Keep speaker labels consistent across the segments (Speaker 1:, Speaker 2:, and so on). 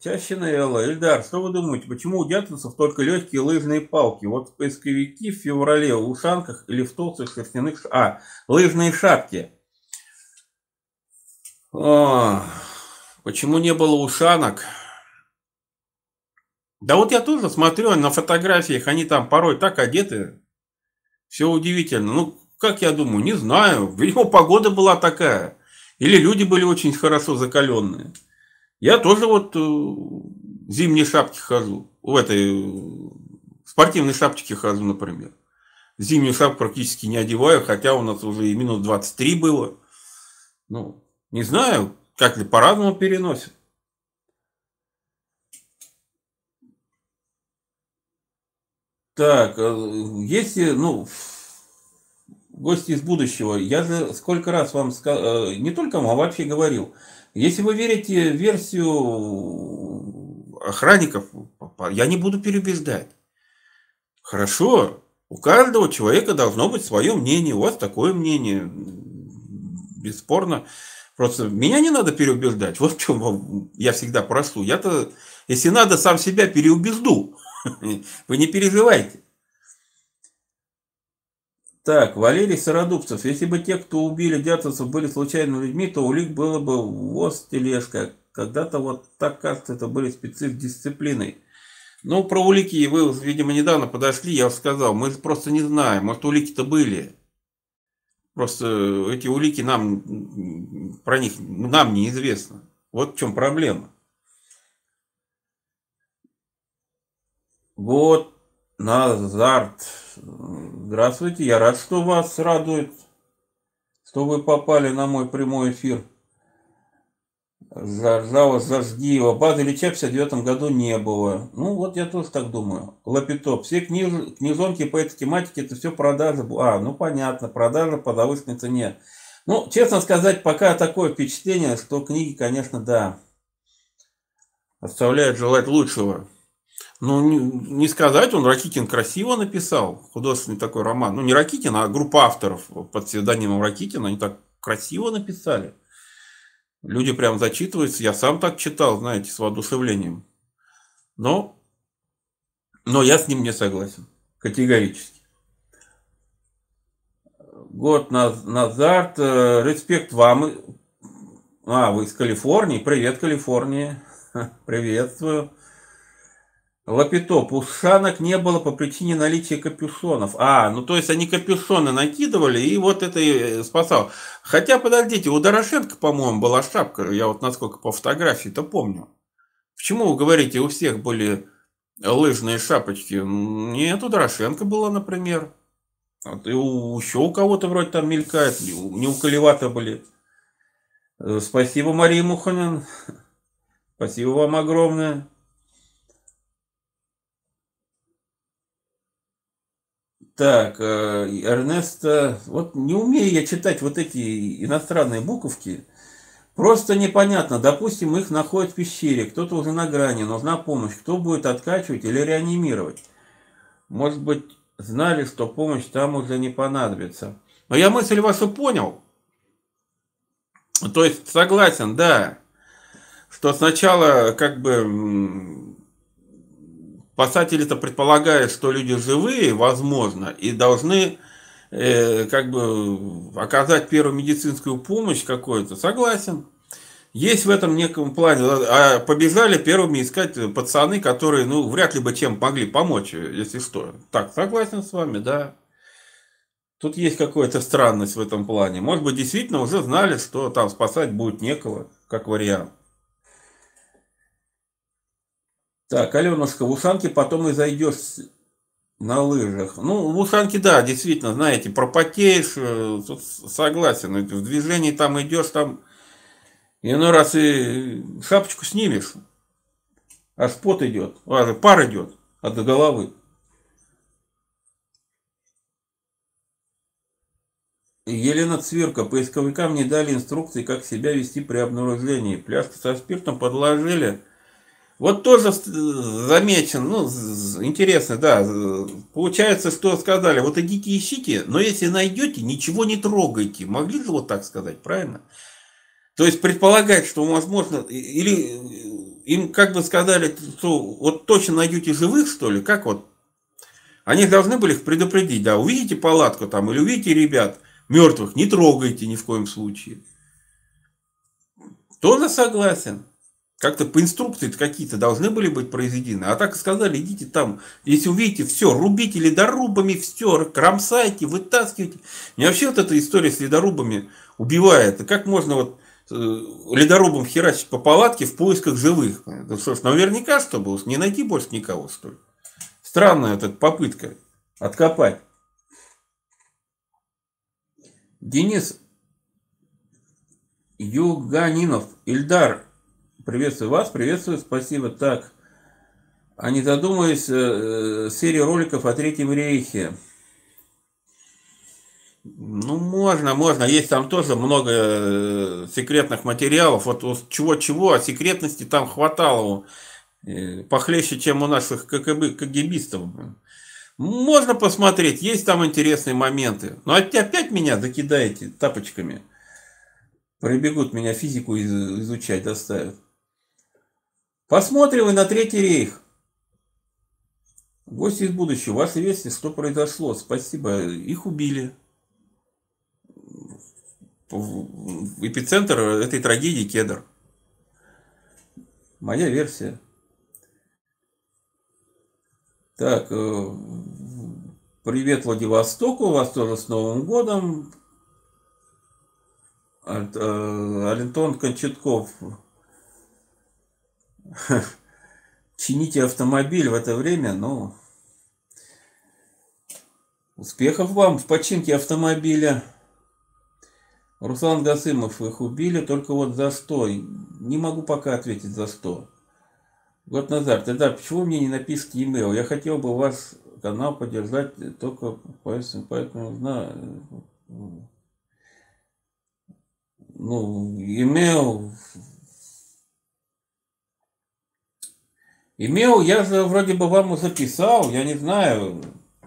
Speaker 1: Чащина Эльдар, что вы думаете, почему у дятловцев только легкие лыжные палки? Вот поисковики в феврале в ушанках или в толстых шерстяных... лыжные шапки. Почему не было ушанок? Да вот я тоже смотрю на фотографиях, они там порой так одеты. Все удивительно. Ну, как я думаю, не знаю. Видимо, погода была такая. Или люди были очень хорошо закаленные. Я тоже вот в зимней шапке хожу. В этой спортивной шапочке хожу, например. Зимнюю шапку практически не одеваю, хотя у нас уже и минус 23 было. Ну, не знаю, как ли по-разному переносят. Так, если, ну, гости из будущего, я же сколько раз вам сказал, не только вам, а вообще говорил, если вы верите в версию охранников, я не буду переубеждать. Хорошо, у каждого человека должно быть свое мнение, у вас такое мнение, бесспорно. Просто меня не надо переубеждать. Вот в чем я всегда прошу. Я-то, если надо, сам себя переубежду. Вы не переживайте. Так, Валерий Сародубцев. Если бы те, кто убили дятловцев, были случайными людьми, то улик было бы ВОЗ тележка. Когда-то вот так, кажется, это были спецы с дисциплиной. Ну, про улики вы, видимо, недавно подошли, я уже сказал. Мы просто не знаем. Может, улики-то были. Просто эти улики нам, про них нам неизвестно. Вот в чем проблема. Вот, Назарт. Здравствуйте, я рад, что вас радует, что вы попали на мой прямой эфир. Заржава Зажгиева. Базы Ильича в 59 году не было. Ну, вот я тоже так думаю. Лапитоп. Все книжонки по этой тематике, это все продажи. Ну понятно, продажа по завышенной цене. Ну, честно сказать, пока такое впечатление, что книги, конечно, да, оставляют желать лучшего. Ну, не сказать, он Ракитин красиво написал, художественный такой роман. Ну, не Ракитин, а группа авторов под псевдонимом Ракитина, они так красиво написали. Люди прям зачитываются. Я сам так читал, знаете, с воодушевлением. Но, но я с ним не согласен. Категорически. Год назад. Респект вам. Вы из Калифорнии. Привет, Калифорния. Приветствую. Лапитоп. Ушанок не было по причине наличия капюшонов. Ну то есть они капюшоны накидывали, и вот это и спасал. Хотя, подождите, у Дорошенко, по-моему, была шапка. Я вот насколько по фотографии-то помню. Почему вы говорите, у всех были лыжные шапочки? Нет, у Дорошенко было, например. Вот, и еще у кого-то вроде там мелькает. Не у Колевата были. Спасибо, Мария Муханин. Спасибо вам огромное. Так, Эрнеста, вот не умею я читать вот эти иностранные буковки. Просто непонятно. Допустим, их находят в пещере, кто-то уже на грани, нужна помощь. Кто будет откачивать или реанимировать? Может быть, знали, что помощь там уже не понадобится. Но я мысль вашу понял. То есть, согласен, да, что сначала как бы спасатели-то предполагают, что люди живые, возможно, и должны как бы оказать первую медицинскую помощь какую-то. Согласен. Есть в этом неком плане. А побежали первыми искать пацаны, которые, ну, вряд ли бы чем могли помочь, если что. Так, согласен с вами, да. Тут есть какая-то странность в этом плане. Может быть, действительно уже знали, что там спасать будет некого, как вариант. Так, Аленушка, в ушанке потом и зайдешь на лыжах. Ну, в ушанке, да, действительно, знаете, пропотеешь, тут согласен. В движении там идешь, там иной раз и шапочку снимешь, аж пот идет, пар идет от головы. Елена Цвирка. Поисковикам не дали инструкции, как себя вести при обнаружении. Пляжку со спиртом подложили. Вот тоже замечен, ну, интересно, да. Получается, что сказали, вот идите ищите, но если найдете, ничего не трогайте. Могли же вот так сказать, правильно? То есть предполагать, что возможно, или им как бы сказали, что вот точно найдете живых, что ли, как вот? Они должны были их предупредить, да, увидите палатку там или увидите ребят мертвых, не трогайте ни в коем случае. Тоже согласен. Как-то по инструкции какие-то должны были быть произведены. А так сказали, идите там, если увидите, все, рубите ледорубами, все, кромсайте, вытаскивайте. Меня вообще вот эта история с ледорубами убивает. И как можно вот ледорубом херачить по палатке в поисках живых? Ну что ж, наверняка, чтобы не найти больше никого, что ли. Странная эта попытка откопать. Денис Юганинов, Ильдар, приветствую вас, приветствую, спасибо. Так, а не задумываясь, серия роликов о Третьем рейхе. Ну, можно. Есть там тоже много секретных материалов. Вот чего-чего, а секретности там хватало. Похлеще, чем у наших КГБистов. Можно посмотреть, есть там интересные моменты. Но опять меня закидаете тапочками. Прибегут меня физику изучать, доставят. Посмотрим и на Третий рейх. Гости из будущего, ваши вести, что произошло? Спасибо, их убили. Эпицентр этой трагедии Кедр. Моя версия. Так, привет Владивостоку, вас тоже с Новым годом. Алентон Кончатков. Чините автомобиль в это время, ну, успехов вам в починке автомобиля. Руслан Гасымов, их убили, только вот за что? Не могу пока ответить за что. Год назад. Тогда почему мне не напишите e-mail? Я хотел бы ваш канал поддержать только поэтому знаю. Ну, e-mail я же вроде бы вам уже записал, я не знаю.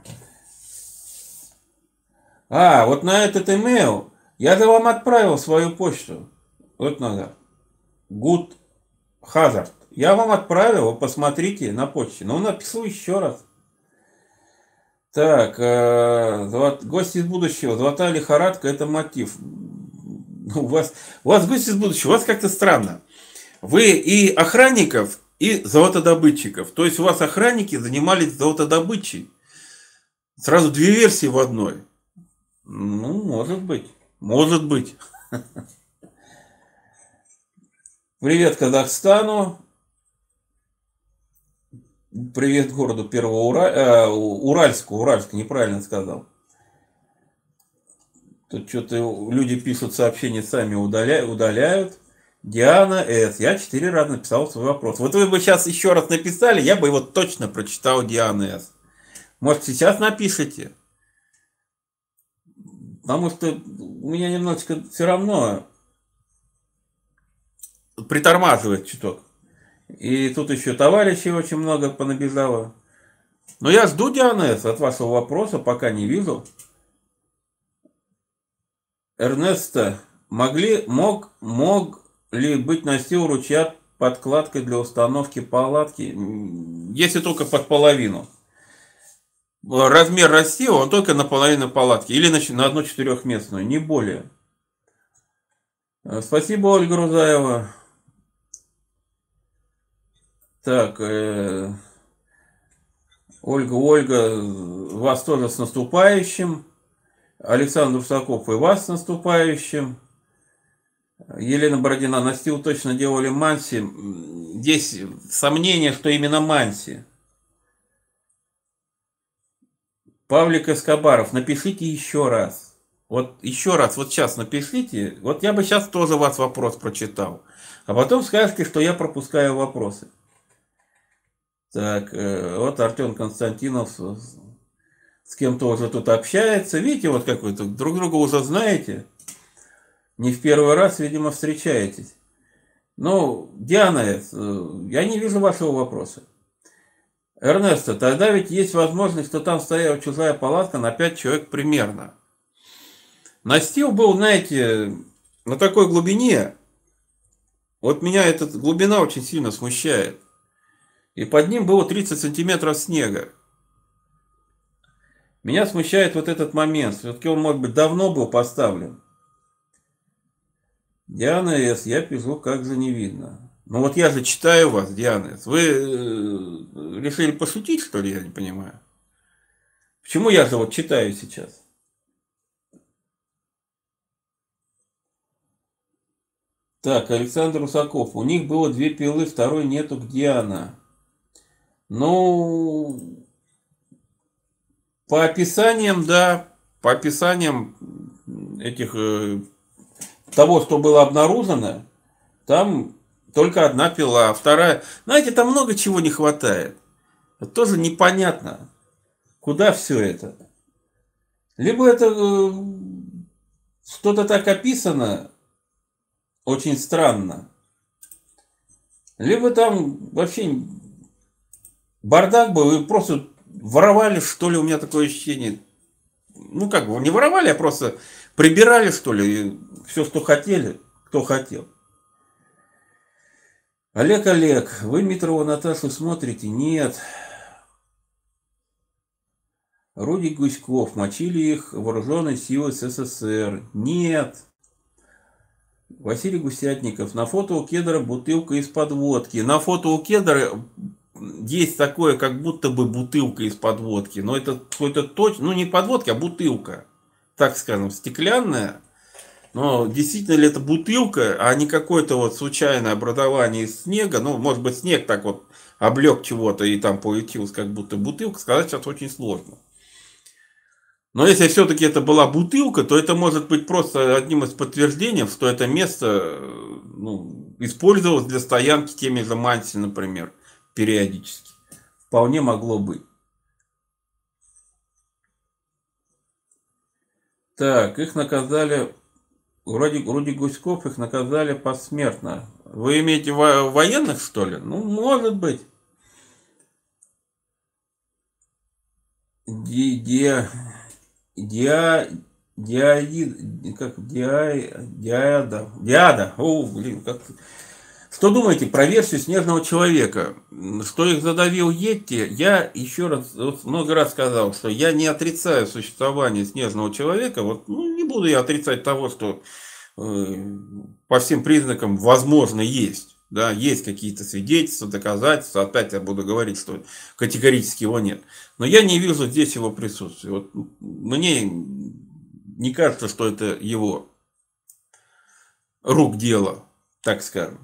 Speaker 1: Вот на этот email я же вам отправил свою почту. Вот надо. Good Hazard. Я вам отправил, посмотрите на почте. Но напишу еще раз. Так, гости из будущего. Золотая лихорадка – это мотив. У вас гости из будущего, у вас как-то странно. Вы и охранников, и золотодобытчиков. То есть у вас охранники занимались золотодобычей. Сразу две версии в одной. Ну, может быть. Может быть. Привет Казахстану. Привет городу Уральску, неправильно сказал. Тут что-то люди пишут сообщения, сами удаляют. Диана С. Я 4 раза написал свой вопрос. Вот вы бы сейчас еще раз написали, я бы его точно прочитал, Диана С. Может, сейчас напишите? Потому что у меня немножечко все равно притормаживает чуток. И тут еще товарищей очень много понабежало. Но я жду, Диана С, от вашего вопроса, пока не вижу. Эрнеста, мог ли быть настил ручья подкладкой для установки палатки? Если только под половину. Размер настила, он только наполовину палатки. Или на одну четырехместную, не более. Спасибо, Ольга Рузаева. Так, Ольга, вас тоже с наступающим. Александр Ушаков, и вас с наступающим. Елена Бородина, настил точно делали Манси. Здесь сомнение, что именно Манси. Павлик Эскобаров, напишите еще раз. Вот еще раз, вот сейчас напишите. Вот я бы сейчас тоже вас вопрос прочитал. А потом скажете, что я пропускаю вопросы. Так, вот Артем Константинов с кем-то уже тут общается. Видите, вот как вы тут друг друга уже знаете. Не в первый раз, видимо, встречаетесь. Ну, Диана, я не вижу вашего вопроса. Эрнесто, тогда ведь есть возможность, что там стояла чужая палатка на 5 человек примерно. Настил был, знаете, на такой глубине, Вот меня эта глубина очень сильно смущает. И под ним было 30 сантиметров снега. Меня смущает вот этот момент. Все-таки он, может быть, давно был поставлен. Диана С. Я пишу, как же не видно. Ну вот я же читаю вас, Диана С. Вы решили пошутить, что ли, я не понимаю? Почему я же вот читаю сейчас? Так, Александр Русаков. У них было две пилы, второй нету, где она? Ну, по описаниям, да, по описаниям этих того, что было обнаружено, там только одна пила, а вторая... Знаете, там много чего не хватает. Это тоже непонятно, куда все это. Либо это что-то так описано, очень странно, либо там вообще бардак был, и просто воровали, что ли, у меня такое ощущение. Ну, как бы, не воровали, а просто прибирали, что ли, все, что хотели, кто хотел. Олег, вы Митрова Наташу смотрите? Нет. Рудик Гуськов, мочили их вооруженные силы СССР? Нет. Василий Гусятников, на фото у Кедра бутылка из-под водки. На фото у Кедра есть такое, как будто бы бутылка из-под водки. Но это какой-то точно, ну не под водки, а бутылка. Так скажем, стеклянная. Но действительно ли это бутылка, а не какое-то вот случайное образование из снега? Ну, может быть, снег так вот облег чего-то и там получилось как будто бутылка, сказать сейчас очень сложно. Но если все-таки это была бутылка, то это может быть просто одним из подтверждений, что это место ну, использовалось для стоянки теми же Манси, например, периодически. Вполне могло быть. Так, их наказали, вроде Гуськов, их наказали посмертно. Вы имеете военных, что ли? Ну, может быть. Ди, ди, диа, как, диада. О, блин, как... Что думаете про версию Снежного человека? Что их задавил Йети? Я еще раз, вот много раз сказал, что я не отрицаю существование Снежного человека. Вот, ну, не буду я отрицать того, что по всем признакам возможно есть. Да, есть какие-то свидетельства, доказательства. Опять я буду говорить, что категорически его нет. Но я не вижу здесь его присутствия. Вот мне не кажется, что это его рук дело, так скажем.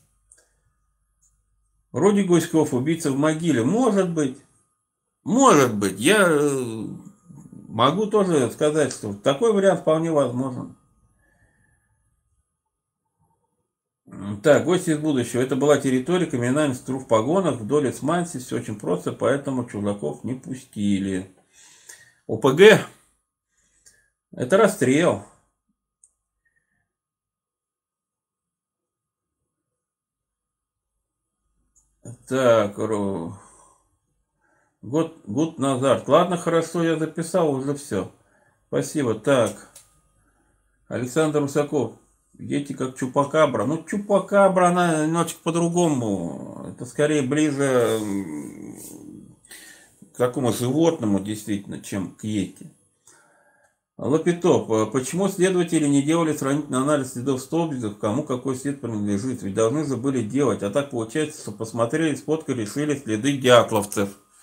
Speaker 1: Руди Гуськов, убийца в могиле. Может быть. Может быть. Я могу тоже сказать, что такой вариант вполне возможен. Так, гости из будущего. Это была территория криминальных структур в погонах вдоль Эцманси. Все очень просто, поэтому чудаков не пустили. ОПГ. Это расстрел. Так, год назад. Ладно, хорошо, я записал уже все. Спасибо. Так, Александр Русаков. Дети как Чупакабра. Ну, Чупакабра, она немножечко по-другому. Это скорее ближе к такому животному, действительно, чем к Йети. Лапитоп. Почему следователи не делали сравнительный анализ следов столбиков, кому какой след принадлежит? Ведь должны же были делать. А так получается, что посмотрели, сфоткали, решили следы дятловцев.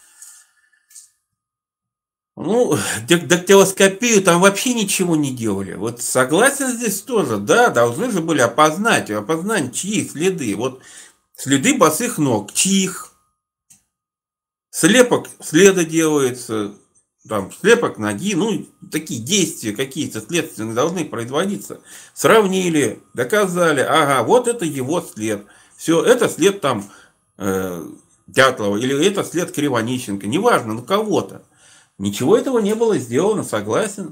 Speaker 1: Ну, дактилоскопию там вообще ничего не делали. Вот согласен здесь тоже, да, должны же были опознать, чьи следы. Вот следы босых ног, чьих. Слепок следа делается, там, слепок ноги, ну, такие действия какие-то следственные должны производиться. Сравнили, доказали, ага, вот это его след. Все, это след там Дятлова, или это след Кривонищенко, неважно, ну кого-то. Ничего этого не было сделано, согласен.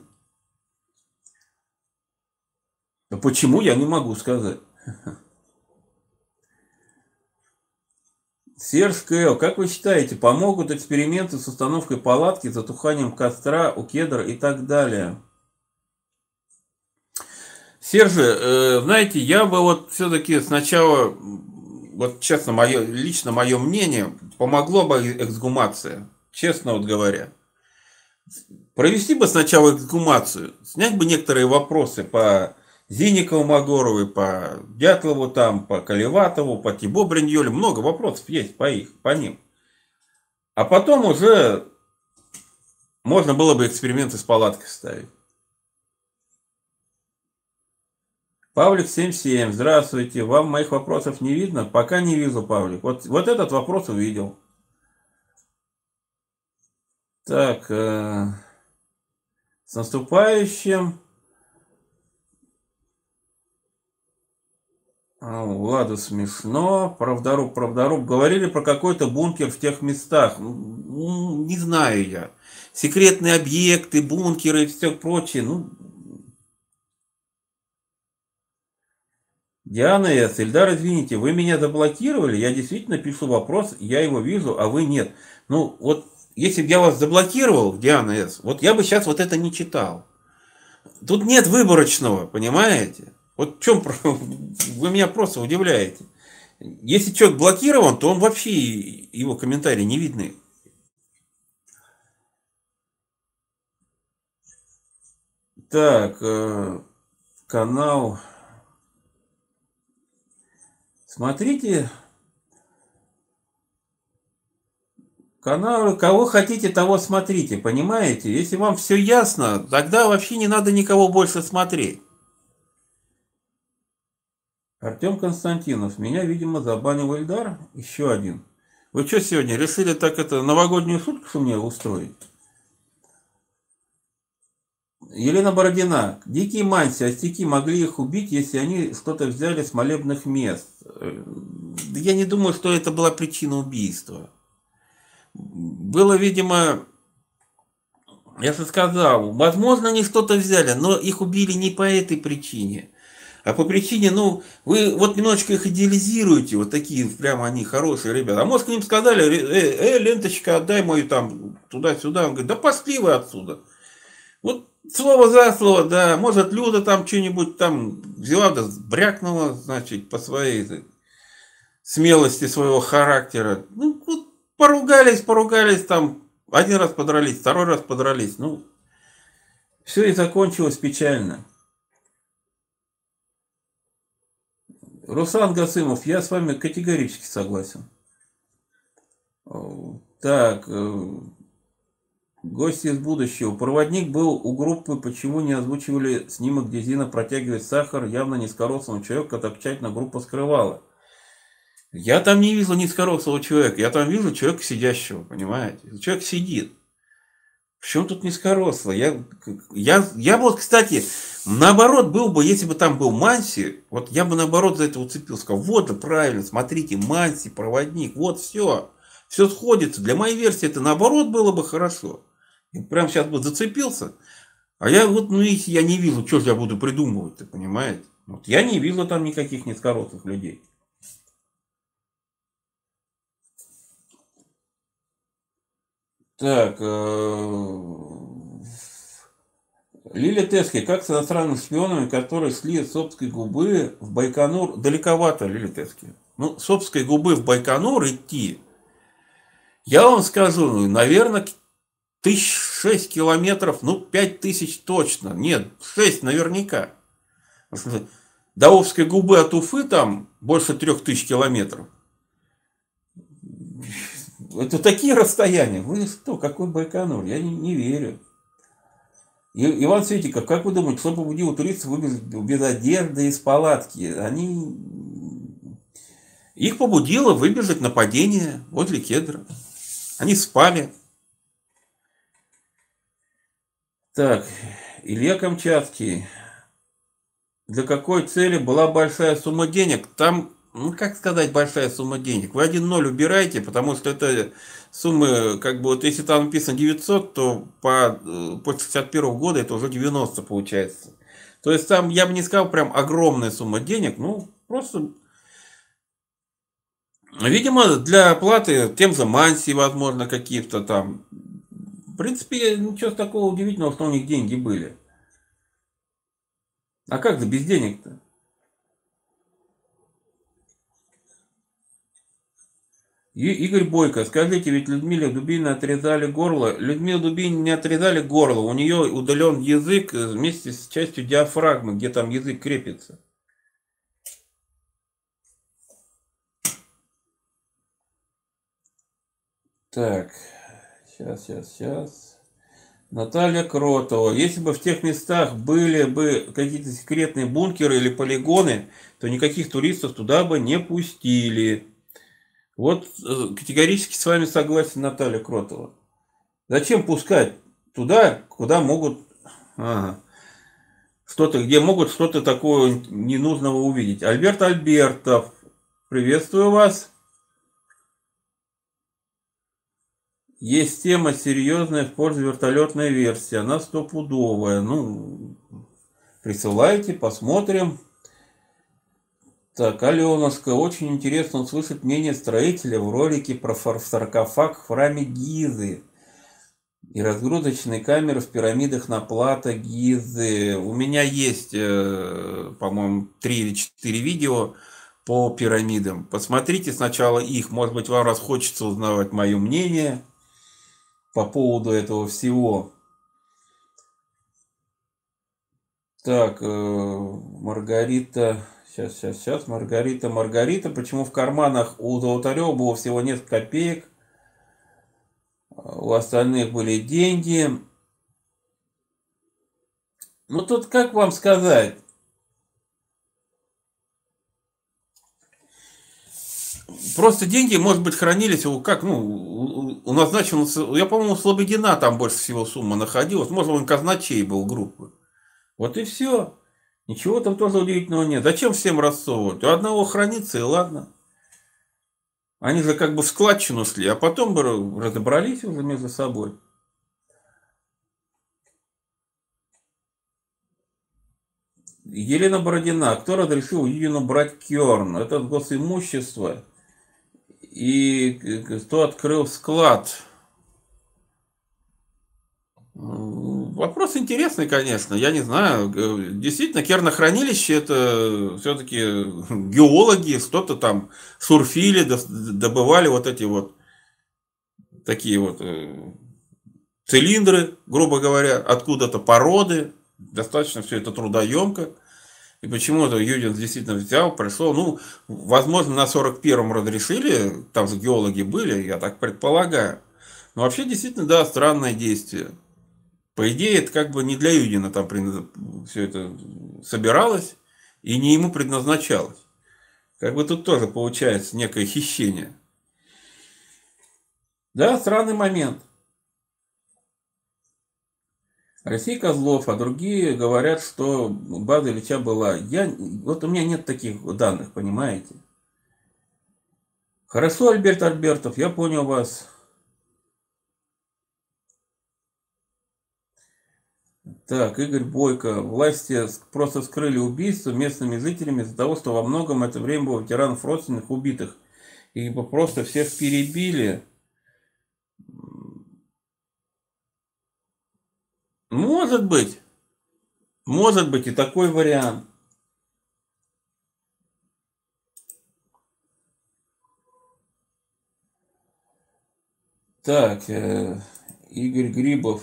Speaker 1: Но почему, я не могу сказать. Серж Кэл, как вы считаете, помогут эксперименты с установкой палатки, затуханием костра у Кедра и так далее? Серже, знаете, я бы вот все-таки сначала, вот честно, лично мое мнение, помогло бы эксгумация, честно вот говоря. Провести бы сначала эксгумацию, снять бы некоторые вопросы по Зиникову Магоровой, по Дятлову там, по Колеватову, по Тибо Бриньолю, много вопросов есть по ним. А потом уже можно было бы эксперименты с палаткой ставить. Павлик 77, здравствуйте. Вам моих вопросов не видно? Пока не вижу, Павлик. Вот этот вопрос увидел. Так, с наступающим. Ладно, смешно. Правдоруб. Говорили про какой-то бункер в тех местах. Не знаю я. Секретные объекты, бункеры и все прочее. Ну, Диана С. Ильдар, извините, вы меня заблокировали? Я действительно пишу вопрос, я его вижу, а вы нет. Ну, вот, если бы я вас заблокировал, Диана С., вот я бы сейчас вот это не читал. Тут нет выборочного, понимаете? Вот в чем вы меня просто удивляете. Если человек блокирован, то он вообще его комментарии не видны. Так, канал. Смотрите, каналы, кого хотите, того смотрите, понимаете? Если вам все ясно, тогда вообще не надо никого больше смотреть. Артем Константинов. Меня, видимо, забанил Ильдар. Еще один. Вы что сегодня, решили так это новогоднюю шутку со мне устроить? Елена Бородина. Дикие манси, астяки могли их убить, если они что-то взяли с молебных мест. Да я не думаю, что это была причина убийства. Было, видимо, я же сказал, возможно, они что-то взяли, но их убили не по этой причине. А по причине, ну, вы вот немножечко их идеализируете, вот такие прямо они хорошие ребята. А может, к ним сказали, ленточка, отдай мою там туда-сюда. Он говорит, да пошли вы отсюда. Вот слово за слово, да. Может, Люда там что-нибудь там взяла, да брякнула, значит, по своей смелости своего характера. Ну, вот поругались там. Один раз подрались, второй раз подрались. Ну, все и закончилось печально. Руслан Гасымов, я с вами категорически согласен. Так, гости из будущего. Проводник был у группы, почему не озвучивали снимок, где Зина протягивает сахар явно низкорослому человеку, так тщательно группа скрывала. Я там не вижу низкорослого человека, я там вижу человека сидящего, понимаете? Человек сидит. В чем тут низкорослый? Я вот, кстати, наоборот был бы, если бы там был Манси, вот я бы наоборот за это уцепился, сказал, вот да правильно, смотрите, Манси, проводник, вот все. Все сходится. Для моей версии это наоборот было бы хорошо. И прям сейчас бы зацепился. А я вот, ну, если я не вижу, что же я буду придумывать-то, понимаете? Вот я не вижу там никаких низкорослых людей. Так, Лиля Тески, как с иностранными шпионами, которые шли с Обской губы в Байконур, далековато, Лиля Тески. Ну, с Обской губы в Байконур идти, я вам скажу, ну, наверное, 1006 километров, ну, 5000 точно. Нет, 6 наверняка. До Обской губы от Уфы там больше 3000 километров. Это такие расстояния. Вы что, какой Байконур? Я не верю. Иван Светиков, как вы думаете, что побудило туристов выбежать без одежды из палатки? Их побудило выбежать нападение возле Кедра. Они спали. Так, Илья Камчатский. Для какой цели была большая сумма денег? Там, ну как сказать, большая сумма денег? Вы 1 0 убираете, потому что это суммы, как бы, вот если там написано 900, то после 61 года это уже 90 получается. То есть там, я бы не сказал, прям огромная сумма денег, ну, просто, видимо, для оплаты тем же Манси, возможно, каких-то там. В принципе, ничего такого удивительного, что у них деньги были. А как же без денег-то? Игорь Бойко, скажите, ведь Людмиле Дубине отрезали горло. Людмиле Дубине не отрезали горло, у нее удален язык вместе с частью диафрагмы, где там язык крепится. Так, сейчас. Наталья Кротова. Если бы в тех местах были бы какие-то секретные бункеры или полигоны, то никаких туристов туда бы не пустили. Вот категорически с вами согласен, Наталья Кротова. Зачем пускать туда, куда могут ага, что-то, где могут что-то такое ненужного увидеть? Альберт Альбертов, приветствую вас. Есть тема серьезная в пользу вертолетной версии. Она стопудовая. Ну, присылайте, посмотрим. Так, Аленушка, очень интересно услышать мнение строителя в ролике про саркофаг в храме Гизы и разгрузочные камеры в пирамидах на плато Гизы. У меня есть, по-моему, 3 или 4 видео по пирамидам. Посмотрите сначала их, может быть, вам раз хочется узнавать мое мнение по поводу этого всего. Так, Маргарита, сейчас, Маргарита. Почему в карманах у Золотарева было всего несколько копеек, у остальных были деньги? Ну тут как вам сказать? Просто деньги, может быть, хранились как, ну, у назначенного, я, по-моему, у Слободина там больше всего сумма находилась, может, он казначей был группы. Вот и все. Ничего там тоже удивительного нет. Зачем всем рассовывать? У одного хранится, и ладно. Они же как бы в складчину шли, а потом бы разобрались уже между собой. Елена Бородина. Кто разрешил Юдину брать Керн? Это госимущество. И кто открыл склад? Вопрос интересный, конечно. Я не знаю. Действительно, кернохранилище это все-таки геологи, что-то там сурфили, добывали вот эти вот такие вот цилиндры, грубо говоря, откуда-то породы. Достаточно все это трудоемко. И почему-то Юдин действительно взял, пришел. Ну, возможно, на 41-м разрешили, там же геологи были, я так предполагаю. Но вообще, действительно, да, странное действие. По идее, это как бы не для Юдина там все это собиралось и не ему предназначалось. Как бы тут тоже получается некое хищение. Да, странный момент. Алексей Козлов, а другие говорят, что база Ильича была. Вот у меня нет таких данных, понимаете? Хорошо, Альберт Альбертов, я понял вас. Так, Игорь Бойко. Власти просто скрыли убийство местными жителями из-за того, что во многом это время было ветеранов родственных убитых. И просто всех перебили. Может быть и такой вариант. Так, Игорь Грибов.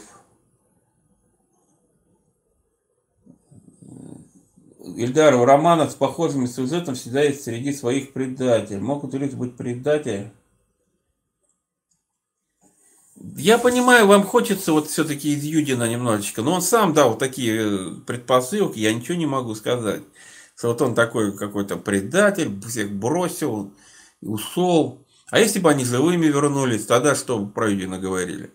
Speaker 1: Ильдар, у романов с похожим сюжетом всегда есть среди своих предателей. Могут ли быть предатели? Я понимаю, вам хочется вот все-таки из Юдина немножечко, но он сам дал такие предпосылки, я ничего не могу сказать. Что вот он такой какой-то предатель, всех бросил, ушел. А если бы они живыми вернулись, тогда что бы про Юдина говорили?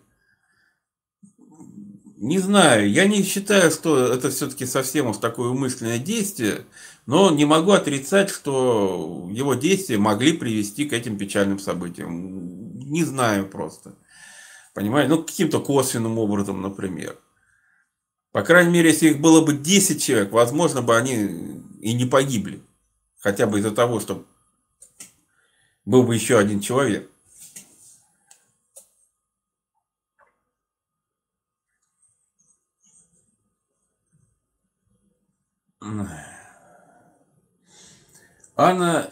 Speaker 1: Не знаю, я не считаю, что это все-таки совсем уж такое умышленное действие, но не могу отрицать, что его действия могли привести к этим печальным событиям. Не знаю просто. Понимаете? Ну, каким-то косвенным образом, например. По крайней мере, если их было бы 10 человек, возможно бы они и не погибли. Хотя бы из-за того, что был бы еще один человек. Анна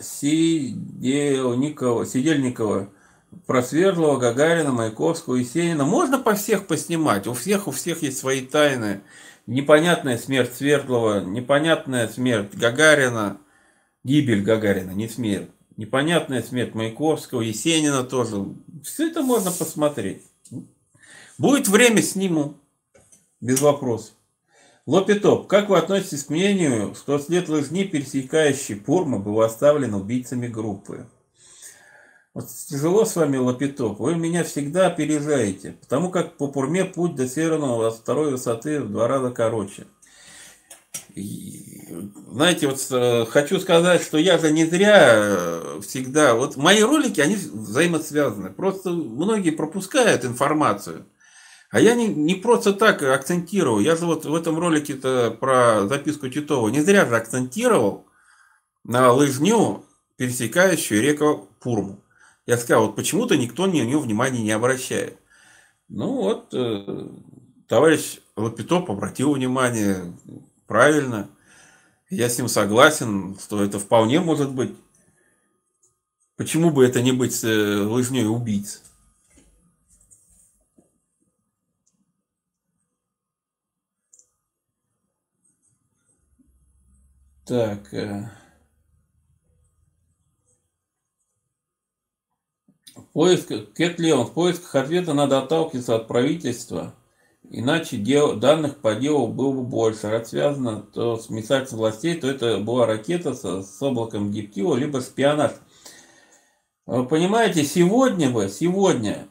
Speaker 1: Сидельникова про Свердлова, Гагарина, Маяковского, Есенина. Можно по всех поснимать. У всех есть свои тайны. Непонятная смерть Свердлова, непонятная смерть Гагарина, гибель Гагарина, не смерть. Непонятная смерть Маяковского, Есенина тоже. Все это можно посмотреть. Будет время, сниму. Без вопросов. Лопитоп, как вы относитесь к мнению, что след лыжни, пересекающий Пурма, был оставлен убийцами группы? Вот тяжело с вами, Лопитоп, вы меня всегда опережаете, потому как по Пурме путь до Северного от второй высоты в 2 раза короче. И, знаете, вот хочу сказать, что я же не зря всегда... Вот мои ролики, они взаимосвязаны. Просто многие пропускают информацию. А я не просто так акцентирую. Я же вот в этом ролике-то про записку Титова не зря же акцентировал на лыжню, пересекающую реку Пурму. Я сказал, вот почему-то никто на нее внимания не обращает. Ну вот, товарищ Лапитоп обратил внимание, правильно. Я с ним согласен, что это вполне может быть. Почему бы это не быть лыжней убийц? Так, поиск, Кэт Леон, в поисках ответа надо отталкиваться от правительства, иначе данных по делу было бы больше. Раз связано то с вмешательством властей, то это была ракета с облаком гептила, либо шпионаж. Вы понимаете, сегодня,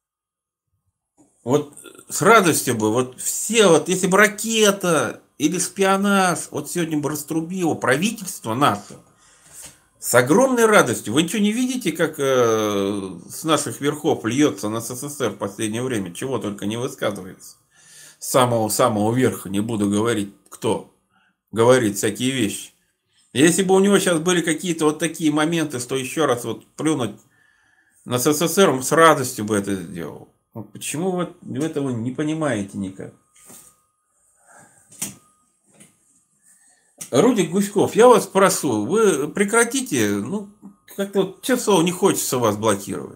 Speaker 1: вот с радостью бы, вот все, вот если бы ракета или шпионаж, вот сегодня бы раструбило правительство наше, с огромной радостью. Вы ничего не видите, как с наших верхов льется на СССР в последнее время? Чего только не высказывается. С самого-самого верха, не буду говорить, кто говорит всякие вещи. Если бы у него сейчас были какие-то вот такие моменты, что еще раз вот плюнуть на СССР, он с радостью бы это сделал. Вот почему вы этого не понимаете никак? Рудик Гуськов, я вас прошу, вы прекратите, ну, как-то вот часов не хочется вас блокировать.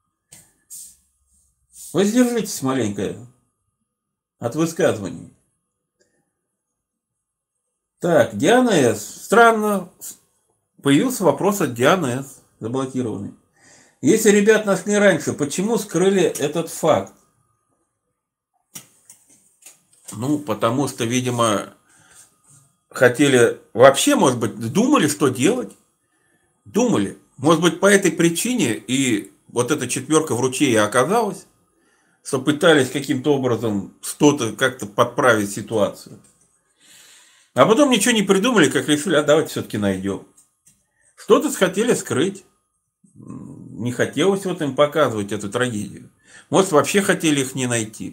Speaker 1: Воздержитесь маленько от высказываний. Так, Диана С. Странно, появился вопрос от Дианы С. Заблокированный. Если ребят нашли раньше, почему скрыли этот факт? Ну, потому что, видимо, хотели вообще, может быть, думали, что делать. Думали. Может быть, по этой причине и вот эта четверка в ручье и оказалась, что пытались каким-то образом что-то как-то подправить ситуацию. А потом ничего не придумали, как решили, а давайте все-таки найдем. Что-то хотели скрыть. Не хотелось вот им показывать эту трагедию. Может, вообще хотели их не найти.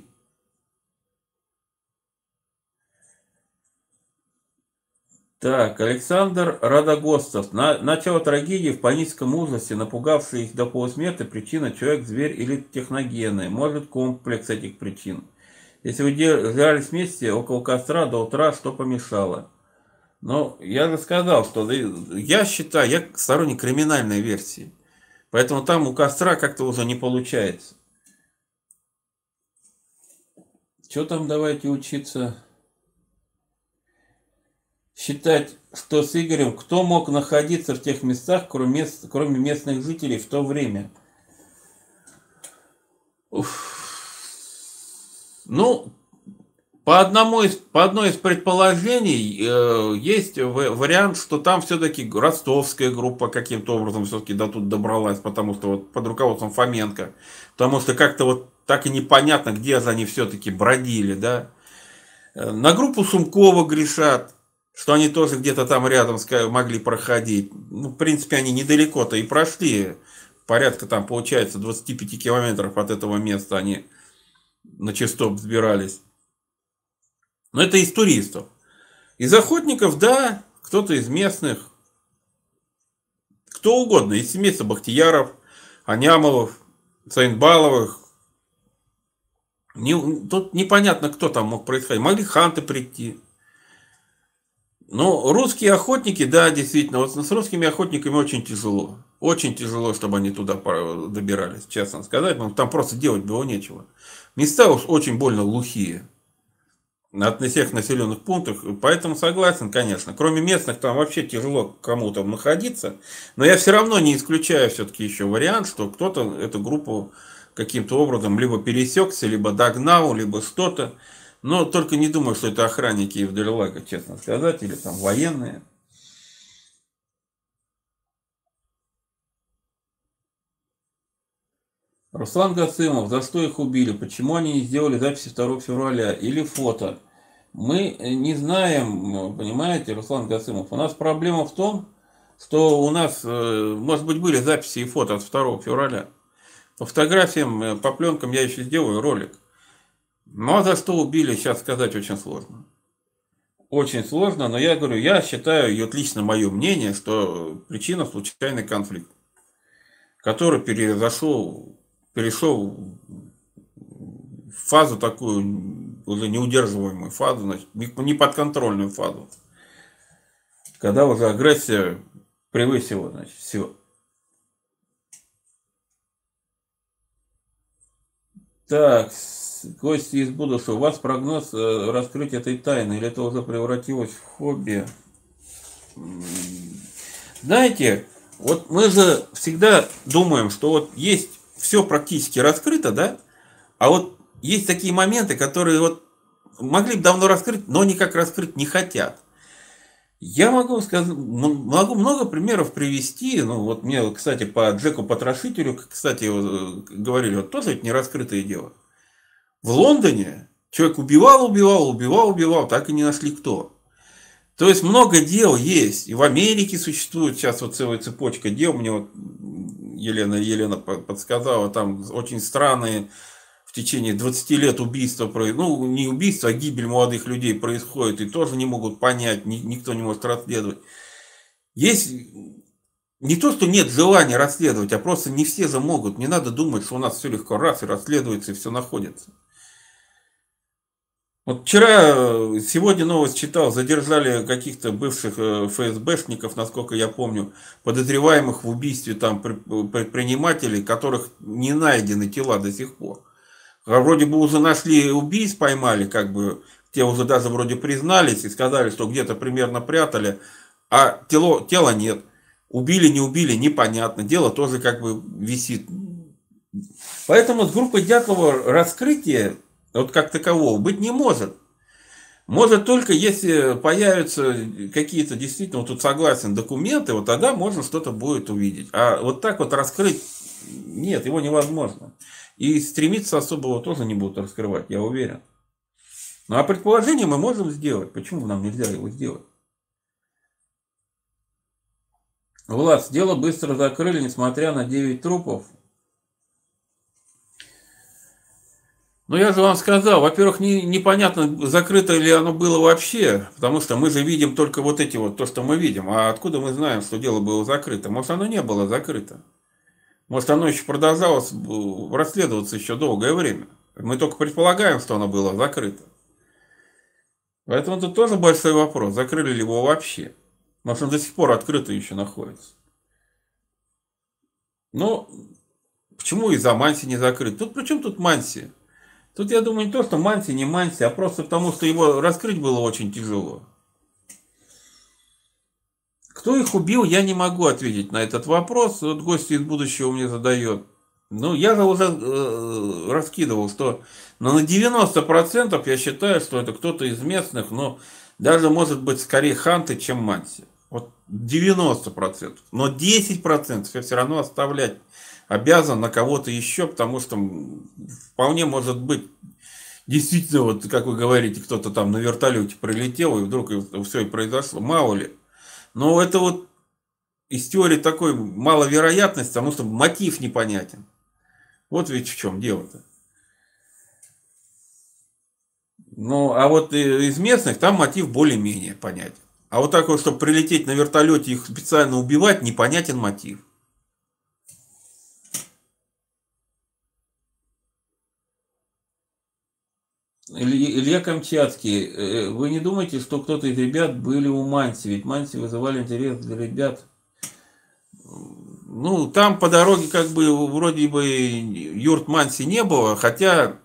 Speaker 1: Так, Александр Радогостов. Начало трагедии в паническом ужасе, напугавший их до полусмерти, причина человек, зверь или техногенный. Может, комплекс этих причин. Если вы держались вместе около костра до утра, что помешало? Но я же сказал, что я считаю, я сторонник криминальной версии. Поэтому там у костра как-то уже не получается. Что там давайте учиться? Считать, что с Игорем кто мог находиться в тех местах, кроме местных жителей в то время? Уф. Ну, по одной из предположений есть вариант, что там все-таки ростовская группа каким-то образом все-таки до тут добралась, потому что вот под руководством Фоменко. Потому что как-то вот так и непонятно, где же они все-таки бродили, да. На группу Сумкова грешат, что они тоже где-то там рядом могли проходить. Ну, в принципе, они недалеко-то и прошли. Порядка там, получается, 25 километров от этого места они на чистоп взбирались. Но это из туристов. Из охотников, да, кто-то из местных. Кто угодно. Из семейства Бахтияров, Анямовых, Цаинбаловых. Тут непонятно, кто там мог происходить. Могли ханты прийти. Ну, русские охотники, да, действительно, вот с русскими охотниками очень тяжело. Очень тяжело, чтобы они туда добирались, честно сказать. Ну, там просто делать было нечего. Места уж очень больно глухие от всех населенных пунктов, поэтому согласен, конечно. Кроме местных, там вообще тяжело кому-то находиться. Но я все равно не исключаю все-таки еще вариант, что кто-то эту группу каким-то образом либо пересекся, либо догнал, либо что-то. Но только не думаю, что это охранники Евдерлага, честно сказать, или там военные. Руслан Гасымов, за что их убили? Почему они не сделали записи 2 февраля или фото? Мы не знаем, понимаете, Руслан Гасымов. У нас проблема в том, что у нас, может быть, были записи и фото от 2 февраля. По фотографиям, по пленкам я еще сделаю ролик. Ну а за что убили, сейчас сказать очень сложно. Очень сложно, но я говорю, я считаю, и вот лично мое мнение, что причина случайный конфликт, который перешел в фазу такую, уже неудерживаемую фазу, значит, неподконтрольную фазу, когда уже агрессия превысила, значит, все. Так, гости из будущего, у вас прогноз раскрыть этой тайны, или это уже превратилось в хобби? Знаете, вот мы же всегда думаем, что вот есть все практически раскрыто, да, а вот есть такие моменты, которые вот могли бы давно раскрыть, но никак раскрыть не хотят. Я могу сказать, могу много примеров привести. Ну, вот мне, кстати, по Джеку Потрошителю, кстати, говорили, вот тоже это не раскрытое дело. В Лондоне человек убивал, так и не нашли кто. То есть много дел есть. И в Америке существует сейчас вот целая цепочка дел. Мне вот Елена подсказала, там очень странные в течение 20 лет убийства, ну не убийства, а гибель молодых людей происходит, и тоже не могут понять, никто не может расследовать. Есть не то, что нет желания расследовать, а просто не все же могут. Не надо думать, что у нас все легко раз и расследуется, и все находится. Вот вчера, сегодня новость читал, задержали каких-то бывших ФСБшников, насколько я помню, подозреваемых в убийстве там предпринимателей, которых не найдены тела до сих пор. А вроде бы уже нашли убийц, поймали, как бы, те уже даже вроде признались и сказали, что где-то примерно прятали, а тела нет. Убили, не убили, непонятно. Дело тоже как бы висит. Поэтому с группой Дятлова раскрытие вот как такового быть не может. Может только если появятся какие-то действительно, вот тут согласен, документы, вот тогда можно что-то будет увидеть. А вот так вот раскрыть, нет, его невозможно. И стремиться особого тоже не будут раскрывать, я уверен. Ну а предположение мы можем сделать. Почему нам нельзя его сделать? Влад, дело быстро закрыли, несмотря на 9 трупов. Ну, я же вам сказал, во-первых, непонятно, закрыто ли оно было вообще, потому что мы же видим только вот эти вот, то, что мы видим. А откуда мы знаем, что дело было закрыто? Может, оно не было закрыто? Может, оно еще продолжалось расследоваться еще долгое время? Мы только предполагаем, что оно было закрыто. Поэтому тут тоже большой вопрос, закрыли ли его вообще. Может, он до сих пор открыто еще находится. Ну, почему из-за Манси не закрыт? Тут при чем тут Манси? Тут, я думаю, не то, что Манси, не Манси, а просто потому, что его раскрыть было очень тяжело. Кто их убил, я не могу ответить на этот вопрос. Вот гость из будущего мне задает. Ну, я же уже раскидывал, что на 90% я считаю, что это кто-то из местных, но даже может быть скорее Ханты, чем Манси. Вот 90%. Но 10% я все равно оставлять обязан на кого-то еще, потому что вполне может быть действительно, вот как вы говорите, кто-то там на вертолете прилетел, и вдруг все и произошло. Мало ли. Но это вот из теории такой маловероятности, потому что мотив непонятен. Вот ведь в чем дело-то. Ну, а вот из местных там мотив более-менее понятен. А вот так вот, чтобы прилететь на вертолете и их специально убивать, непонятен мотив. Илья Камчатский, вы не думаете, что кто-то из ребят были у Манси? Ведь Манси вызывали интерес для ребят. Ну, там по дороге как бы вроде бы юрт Манси не было, хотя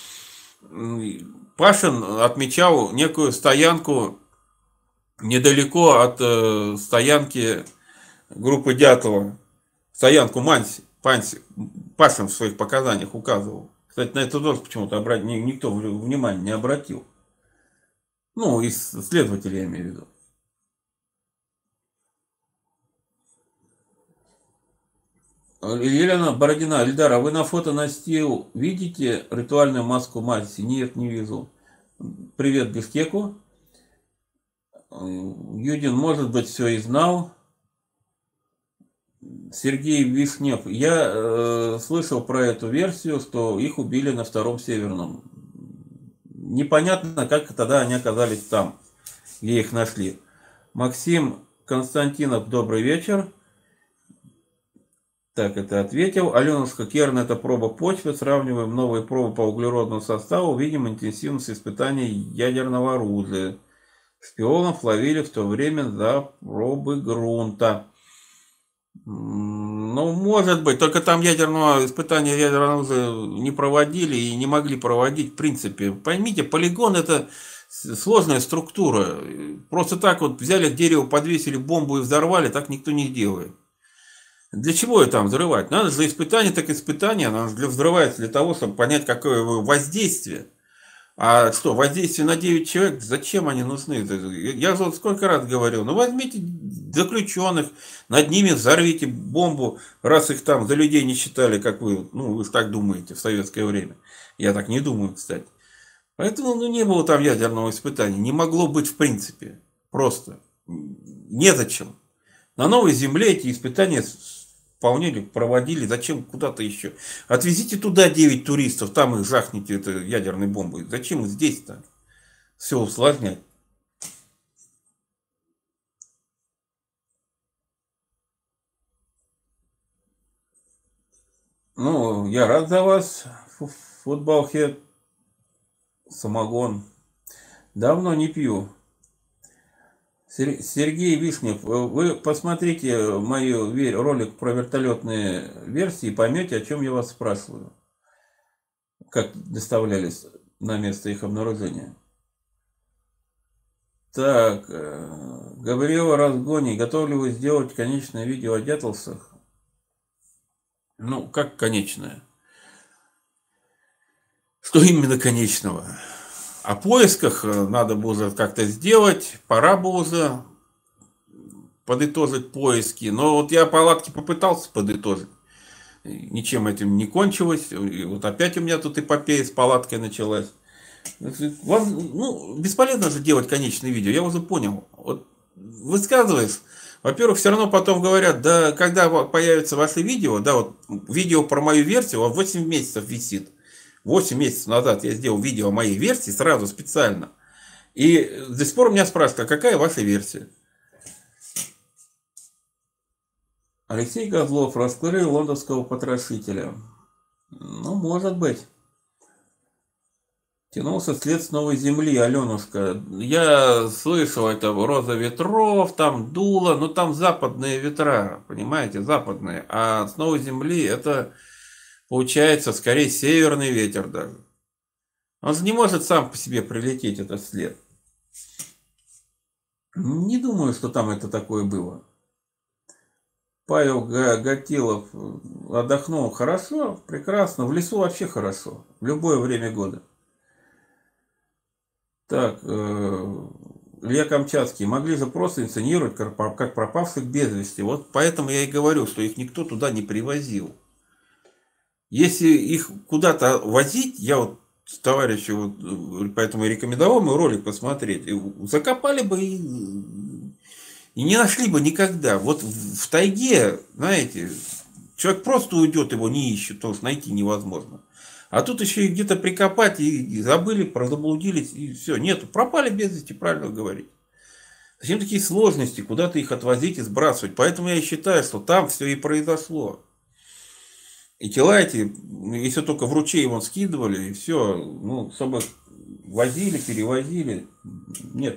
Speaker 1: Пашин отмечал некую стоянку недалеко от стоянки группы Дятлова. Стоянку Пашин в своих показаниях указывал. Кстати, на это тоже почему-то никто внимания не обратил. Ну, из следователей я имею в виду. Елена Бородина, Ильдар, а вы на фото на стил видите ритуальную маску Марси? Нет, не вижу. Привет Бишкеку. Юдин, может быть, все и знал. Сергей Вишнев. Я слышал про эту версию, что их убили на втором Северном. Непонятно, как тогда они оказались там, где их нашли. Максим Константинов, добрый вечер. Так, это ответил. Аленушка Керн, это проба почвы. Сравниваем новые пробы по углеродному составу. Видим интенсивность испытаний ядерного оружия. Шпионов ловили в то время за пробы грунта. Ну, может быть. Только там ядерного испытания ядерного оружия не проводили и не могли проводить в принципе. Поймите, полигон это сложная структура. Просто так вот взяли дерево, подвесили бомбу и взорвали, так никто не делает. Для чего ее там взрывать? Надо для испытания, так испытания. Она взрывается для того, чтобы понять, какое воздействие. А что, воздействие на 9 человек, зачем они нужны? Я же вот сколько раз говорил, ну возьмите заключенных, над ними взорвите бомбу, раз их там за людей не считали, как вы, ну вы так думаете в советское время. Я так не думаю, кстати. Поэтому ну, не было там ядерного испытания, не могло быть в принципе. Просто. Незачем. На новой земле эти испытания вполне проводили. Зачем куда-то еще? Отвезите туда 9 туристов, там их жахните этой ядерной бомбой. Зачем здесь-то все усложнять? Ну, я рад за вас, футболхед, самогон. Давно не пью. Сергей Вишнев, вы посмотрите мой ролик про вертолетные версии и поймете, о чем я вас спрашиваю. Как доставлялись на место их обнаружения. Так, Гавриила Разгони, готовы ли вы сделать конечное видео о дятловцах? Ну, как конечное? Что именно конечного? О поисках надо было уже как-то сделать, пора было уже подытожить поиски. Но вот я палатки попытался подытожить. Ничем этим не кончилось. И вот опять у меня тут эпопея с палаткой началась. Ну, бесполезно же делать конечное видео, я уже понял. Вот высказываешь, во-первых, все равно потом говорят, да, когда появится ваше видео, да, вот видео про мою версию, 8 месяцев висит. 8 месяцев назад я сделал видео о моей версии сразу специально. И до сих пор меня спрашивают, а какая ваша версия? Алексей Козлов, раскрыли лондонского потрошителя. Ну, может быть. Тянулся след с новой земли, Аленушка. Я слышал, это роза ветров, там дуло, но там западные ветра, понимаете, западные. А с новой земли это получается скорее северный ветер даже. Он же не может сам по себе прилететь, этот след. Не думаю, что там это такое было. Павел Гатилов отдохнул хорошо, прекрасно. В лесу вообще хорошо. В любое время года. Так, Илья Камчатский. Могли же просто инсценировать как пропавших без вести. Вот поэтому я и говорю, что их никто туда не привозил. Если их куда-то возить, я вот товарищу, вот, поэтому и рекомендовал мой ролик посмотреть, закопали бы и не нашли бы никогда. Вот в тайге, знаете, человек просто уйдет, его не ищет, потому что найти невозможно. А тут еще и где-то прикопать, и забыли, заблудились, и все. Нету, пропали без вести, правильно говорить. Зачем такие сложности, куда-то их отвозить и сбрасывать? Поэтому я и считаю, что там все и произошло. И тела эти, если только в ручей вон скидывали, и все, ну, чтобы возили, перевозили. Нет.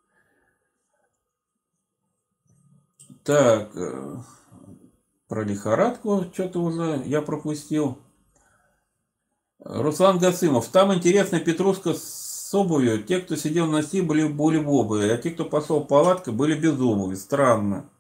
Speaker 1: Так, про лихорадку что-то уже я пропустил. Руслан Гасымов. Там интересная петрушка с обувью. Те, кто сидел на носе, были в обуви, а те, кто пошел в палатку, были без обуви. Странно.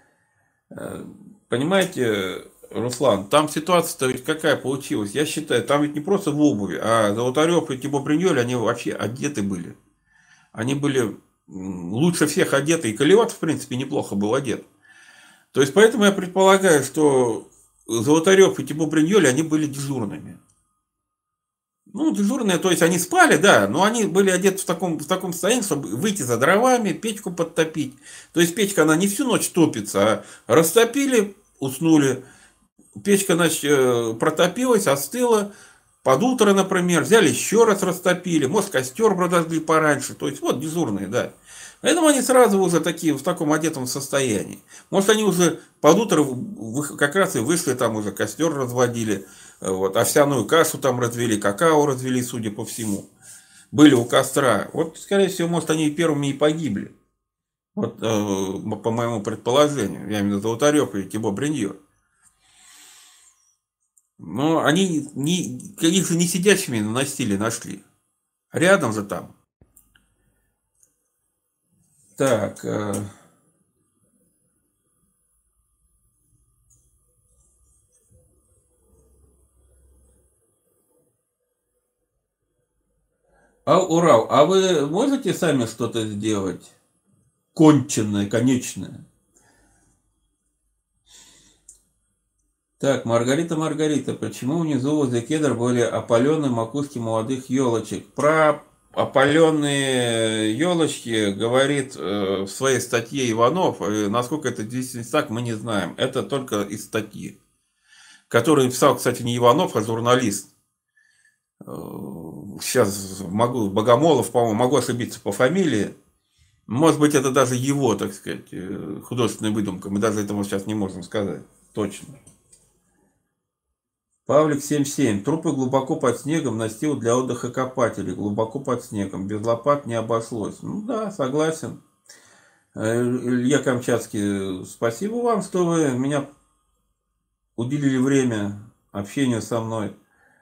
Speaker 1: Понимаете, Руслан, там ситуация-то ведь какая получилась? Я считаю, там ведь не просто в обуви, а Золотарев и Тибо Бриньоль, они вообще одеты были. Они были лучше всех одеты. И Колеват, в принципе, неплохо был одет. То есть, поэтому я предполагаю, что Золотарев и Тибо Бриньоль, они были дежурными. Ну, дежурные, то есть они спали, да, но они были одеты в таком состоянии, чтобы выйти за дровами, печку подтопить. То есть печка, она не всю ночь топится, а растопили, уснули. Печка, значит, протопилась, остыла. Под утро, например, взяли еще раз растопили, может, костер продожгли пораньше. То есть вот дежурные, да. Поэтому они сразу уже такие в таком одетом состоянии. Может, они уже под утро как раз и вышли, там уже костер разводили, вот, овсяную кашу там развели, какао развели, судя по всему. Были у костра. Вот, скорее всего, может, они первыми и погибли. Вот, по моему предположению. Я имею в виду Золотарев и Тибо Бриньо. Но они их же не сидячими на настиле нашли. Рядом же там. Так. Урал, а вы можете сами что-то сделать? Конченное, конечное. Так, Маргарита, почему внизу возле кедр были опаленные макушки молодых елочек? Про опаленные елочки говорит в своей статье Иванов. Насколько это действительно так, мы не знаем. Это только из статьи, которую писал, кстати, не Иванов, а журналист. Сейчас могу, Богомолов, по-моему, могу ошибиться по фамилии. Может быть, это даже его, так сказать, художественная выдумка. Мы даже этого сейчас не можем сказать. Точно. Павлик 77. Трупы глубоко под снегом, настил для отдыха копателей. Глубоко под снегом. Без лопат не обошлось. Ну да, согласен. Илья Камчатский, спасибо вам, что вы меня уделили время общению со мной.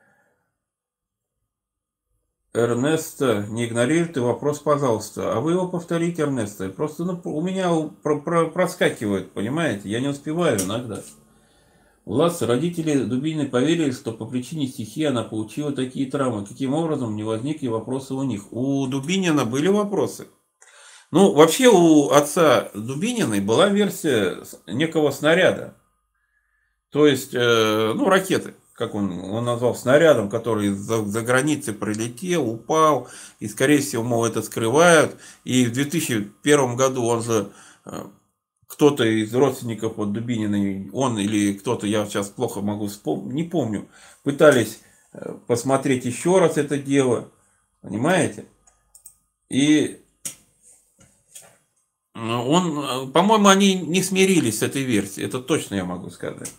Speaker 1: Эрнеста, не игнорируйте вопрос, пожалуйста. А вы его повторите, Эрнеста. Просто у меня проскакивает, понимаете? Я не успеваю иногда. Влад, родители Дубининой поверили, что по причине стихии она получила такие травмы. Каким образом не возникли вопросы у них? У Дубинина были вопросы. Ну, вообще у отца Дубининой была версия некого снаряда. То есть, ну, ракеты, как он назвал, снарядом, который за границей прилетел, упал, и, скорее всего, мол, это скрывают. И в 2001 году он же, кто-то из родственников вот Дубининой, он или кто-то, я сейчас плохо могу вспомнить, не помню, пытались посмотреть еще раз это дело, понимаете? И он, по-моему, они не смирились с этой версией, это точно я могу сказать.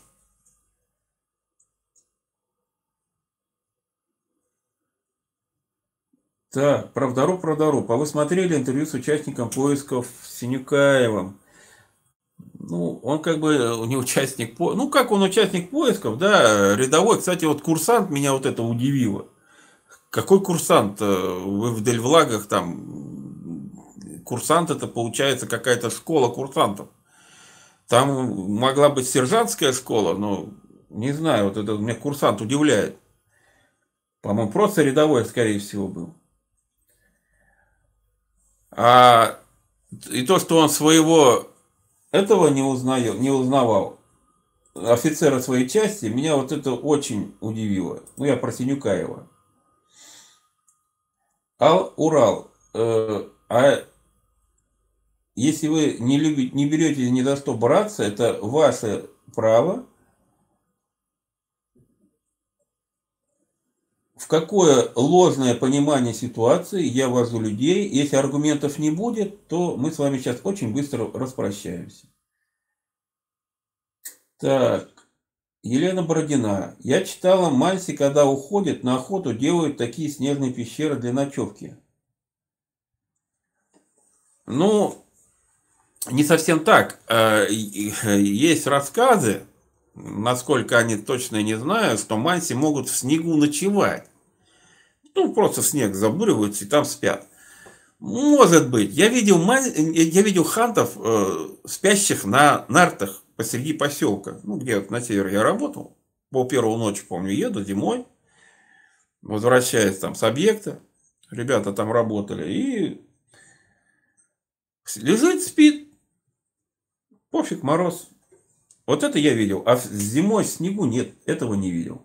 Speaker 1: Так, про Дару. А вы смотрели интервью с участником поисков Синюкаевым? Ну, он как бы не участник, ну как он участник поисков, да, рядовой. Кстати, вот курсант меня вот это удивило. Какой курсант? Вы в Дельвлагах там, курсант это получается какая-то школа курсантов. Там могла быть сержантская школа, но не знаю, вот это меня курсант удивляет. По-моему, просто рядовой, скорее всего, был. А и то, что он своего этого не узнавал, офицера своей части, меня вот это очень удивило. Ну, я про Синюкаева. Урал. А если вы не любите, не берете ни за что браться, это ваше право. В какое ложное понимание ситуации я ввожу людей. Если аргументов не будет, то мы с вами сейчас очень быстро распрощаемся. Так. Елена Бородина. Я читала, Манси, когда уходит на охоту, делают такие снежные пещеры для ночевки. Ну, не совсем так. Есть рассказы, насколько они точно не знаю, что манси могут в снегу ночевать. Ну, просто в снег забуриваются и там спят. Может быть. Я видел хантов, спящих на нартах посреди поселка. Ну, где вот на севере я работал. Пол первого ночи, помню, еду зимой. Возвращаюсь там с объекта. Ребята там работали. И лежит, спит. Пофиг, мороз. Вот это я видел. А зимой в снегу нет, этого не видел.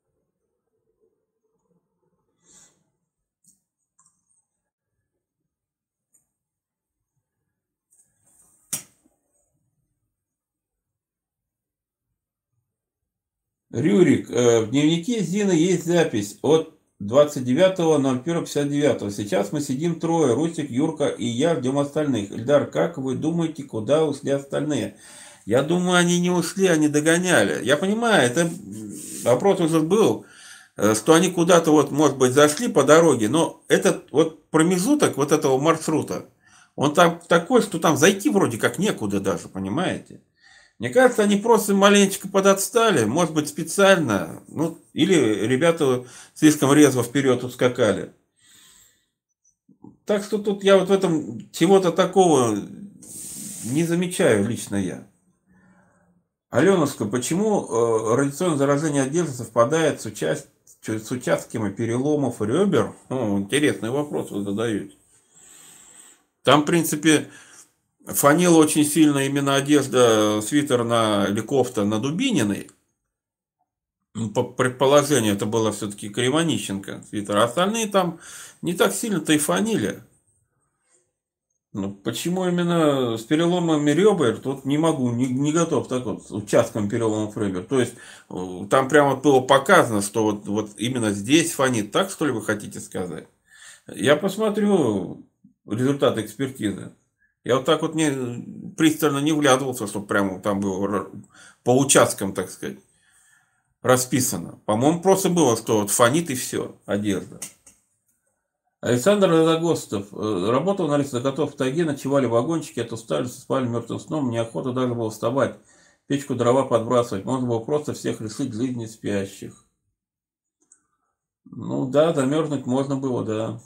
Speaker 1: Рюрик, в дневнике Зины есть запись от 29.01.59. Сейчас мы сидим трое. Рустик, Юрка и я ждем остальных. Ильдар, как вы думаете, куда ушли остальные? Я думаю, они не ушли, они догоняли. Я понимаю, это вопрос уже был, что они куда-то вот, может быть, зашли по дороге, но этот вот промежуток вот этого маршрута, он там такой, что там зайти вроде как некуда даже, понимаете? Мне кажется, они просто маленечко подотстали, может быть, специально, ну, или ребята слишком резво вперед ускакали. Так что тут я вот в этом чего-то такого не замечаю лично я. Аленушка, почему радиационное заражение одежды совпадает с участками переломов ребер? Интересный вопрос вы задаете. Там, в принципе, фанила очень сильно именно одежда, свитер или кофта на Дубининой. По предположению, это было все-таки Кривонищенко свитер. А остальные там не так сильно-то и фанили. Ну, почему именно с переломами ребер, тут не могу, не готов так вот, с участком переломов ребер. То есть, там прямо было показано, что вот именно здесь фонит. Так, что ли, вы хотите сказать? Я посмотрю результаты экспертизы. Я вот так вот пристально не вглядывался, чтобы прямо там было по участкам, так сказать, расписано. По-моему, просто было, что вот фонит и все, одежда. Александр Загостов. Работал на лесозаготовке в тайге, ночевали в вагончике, от усталости спали мертвым сном. Неохота даже было вставать, печку дрова подбрасывать. Можно было просто всех лишить жизни спящих. Ну да, замерзнуть можно было, да.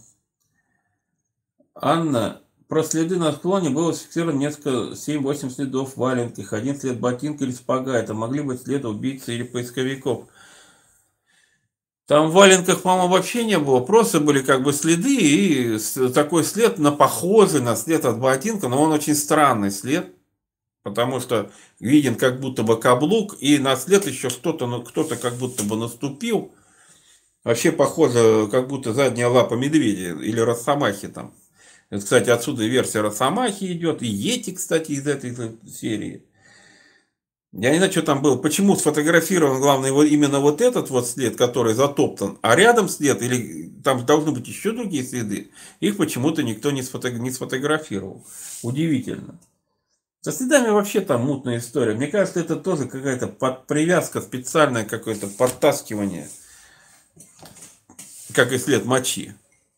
Speaker 1: Анна. Про следы на склоне было зафиксировано несколько, 7-8 следов в валенках, один след ботинка или сапога. Это могли быть следы убийцы или поисковиков. Там в валенках, по-моему, вообще не было. Просто были как бы следы и такой след похожий на след от ботинка, но он очень странный след. Потому что виден как будто бы каблук, и на след еще кто-то как будто бы наступил. Вообще похоже, как будто задняя лапа медведя или росомахи там. Это, кстати, отсюда версия росомахи идет, и Йети, кстати, из этой серии. Я не знаю, что там было. Почему сфотографирован, главное, вот именно вот этот вот след, который затоптан, а рядом след, или там должны быть еще другие следы, их почему-то никто не сфотографировал. Удивительно. Со следами вообще там мутная история. Мне кажется, это тоже какая-то привязка, специальное какое-то подтаскивание, как и след мочи.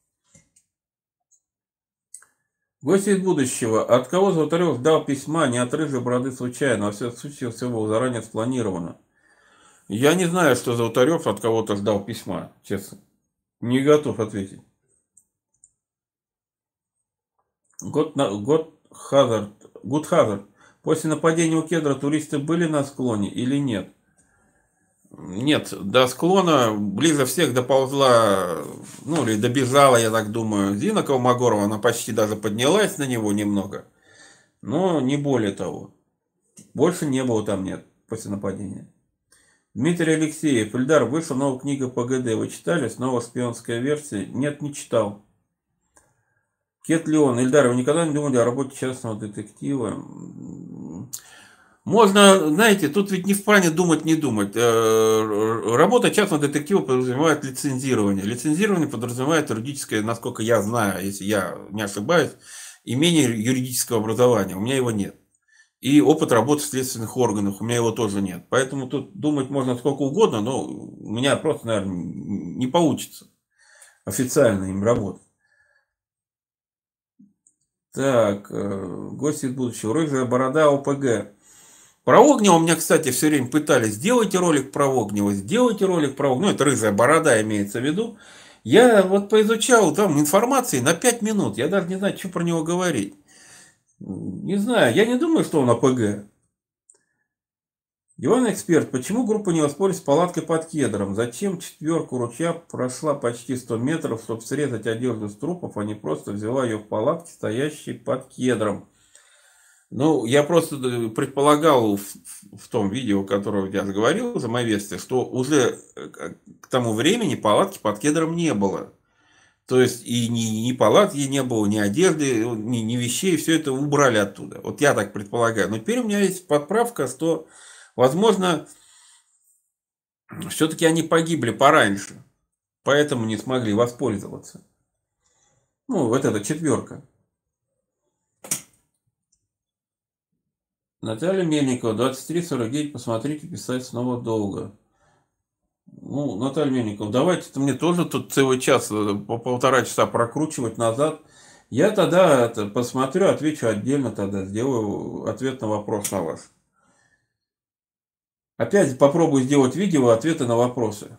Speaker 1: Гость из будущего. От кого Золотарев ждал письма, не от рыжей бороды случайно, а все случае все было заранее спланировано. Я не знаю, что Золотарев от кого-то ждал письма, честно. Не готов ответить. Год Хазард. Гуд Хазард. После нападения у кедра туристы были на склоне или нет? Нет, до склона ближе всех доползла, ну или добежала, я так думаю, Зина Колмогорова. Она почти даже поднялась на него немного. Но не более того. Больше не было там, нет, после нападения. Дмитрий Алексеев. Ильдар, вышла новая книга по ГД. Вы читали? Снова шпионская версия? Нет, не читал. Кет Леон. Ильдар, вы никогда не думали о работе частного детектива? Можно, знаете, тут ведь не в плане думать, не думать. Работа частного детектива подразумевает лицензирование. Лицензирование подразумевает юридическое, насколько я знаю, если я не ошибаюсь, имение юридического образования. У меня его нет. и опыт работы в следственных органах. У меня его тоже нет. Поэтому тут думать можно сколько угодно, но у меня просто, наверное, не получится официально им работать. Так, гость из будущего. Рыжая борода ОПГ. Про Огнева меня, кстати, все время пытались. Сделайте ролик про Огнева, сделайте ролик про Огнева. Ну, это рыжая борода имеется в виду. Я вот поизучал там информации на 5 минут. Я даже не знаю, что про него говорить. Не знаю, я не думаю, что он АПГ. Иван Эксперт, почему группа не воспользовалась палаткой под кедром? Зачем четверку ручья прошла почти 100 метров, чтобы срезать одежду с трупов, а не просто взяла ее в палатке, стоящей под кедром? Ну, я просто предполагал в том видео, которое я говорил за моей версией, что уже к тому времени палатки под кедром не было. То есть и ни палатки не было, ни одежды, ни вещей, все это убрали оттуда. Вот я так предполагаю. Но теперь у меня есть подправка, что, возможно, все-таки они погибли пораньше, поэтому не смогли воспользоваться. Ну, вот эта четверка. Наталья Мельникова, 23:49, посмотрите, писать снова долго. Ну, Наталья Мельникова, давайте-то мне тоже тут целый час, по 1,5 часа прокручивать назад. Я тогда это посмотрю, отвечу отдельно тогда, сделаю ответ на вопрос на ваш. Опять попробую сделать видео ответы на вопросы,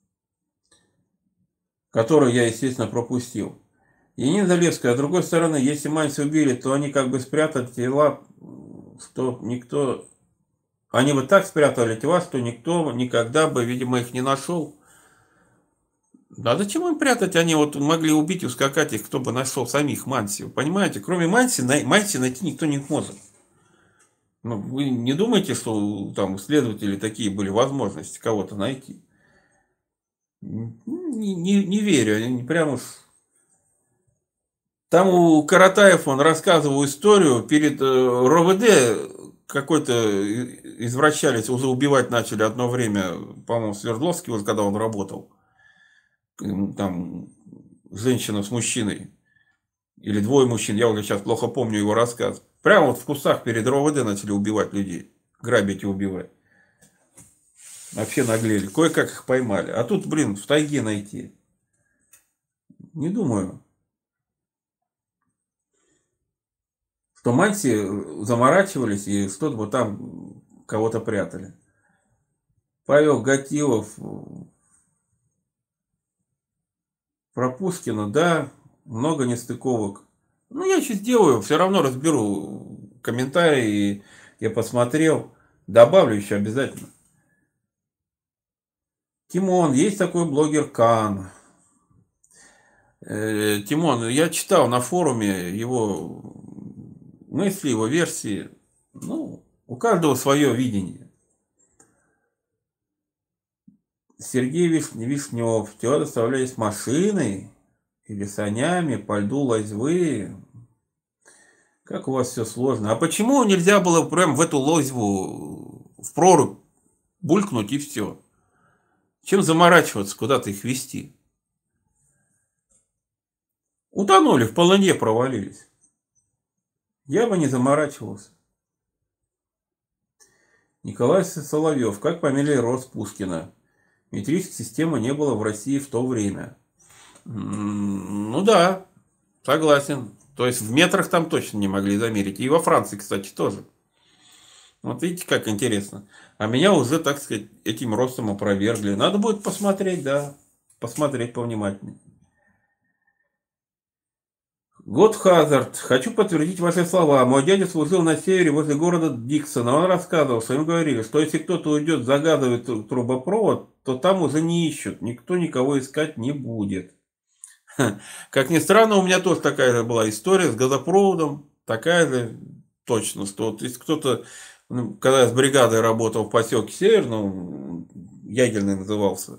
Speaker 1: которые я, естественно, пропустил. Енина Залевская, а с другой стороны, если Манси убили, то они как бы спрятали тела, что никто... Они бы так спрятали тела, что никто никогда бы, видимо, их не нашел. А зачем им прятать? Они вот могли убить и ускакать их, кто бы нашел самих Манси. Вы понимаете? Кроме Манси найти никто не может. Ну, вы не думаете, что там у следователей такие были возможности кого-то найти? Не верю. Они прям уж... Там у Каратаев он рассказывал историю. Перед РОВД какой-то извращались, уже убивать начали одно время, по-моему, Свердловский, вот когда он работал. Там женщина с мужчиной. Или двое мужчин, я уже сейчас плохо помню его рассказ. Прямо вот в кустах перед РОВД начали убивать людей. Грабить и убивать. Вообще наглели. Кое-как их поймали. А тут, блин, в тайге найти. Не думаю, что Манси заморачивались и что-то вот там кого-то прятали. Павел Гатилов. Про Пушкина, да, много нестыковок. Ну, я еще сделаю, все равно разберу комментарии, я посмотрел, добавлю еще обязательно. Тимон, есть такой блогер Кан. Тимон, я читал на форуме его мысли, его версии. Ну, у каждого свое видение. Сергей Вишнев, тела доставлялись машиной или санями по льду Лозьвы. Как у вас все сложно. А почему нельзя было прям в эту Лозьву, в прорубь булькнуть и все? Чем заморачиваться, куда-то их вести? Утонули, в полыне провалились. Я бы не заморачивался. Николай Соловьев. Как фамилия рос Пушкина? Метрической системы не было в России в то время. Ну да, согласен. То есть в метрах там точно не могли замерить. И во Франции, кстати, тоже. Вот видите, как интересно. А меня уже, так сказать, этим ростом опровергли. Надо будет посмотреть, да. Посмотреть повнимательнее. Год Хазард. Хочу подтвердить ваши слова. Мой дядя служил на севере возле города Диксона. Он рассказывал, что им говорили, что если кто-то уйдет, загадывает трубопровод, то там уже не ищут. Никто никого искать не будет. Как ни странно, у меня тоже такая же была история с газопроводом. Такая же точно, что вот если кто-то, когда я с бригадой работал в поселке Северном, Ягельный назывался,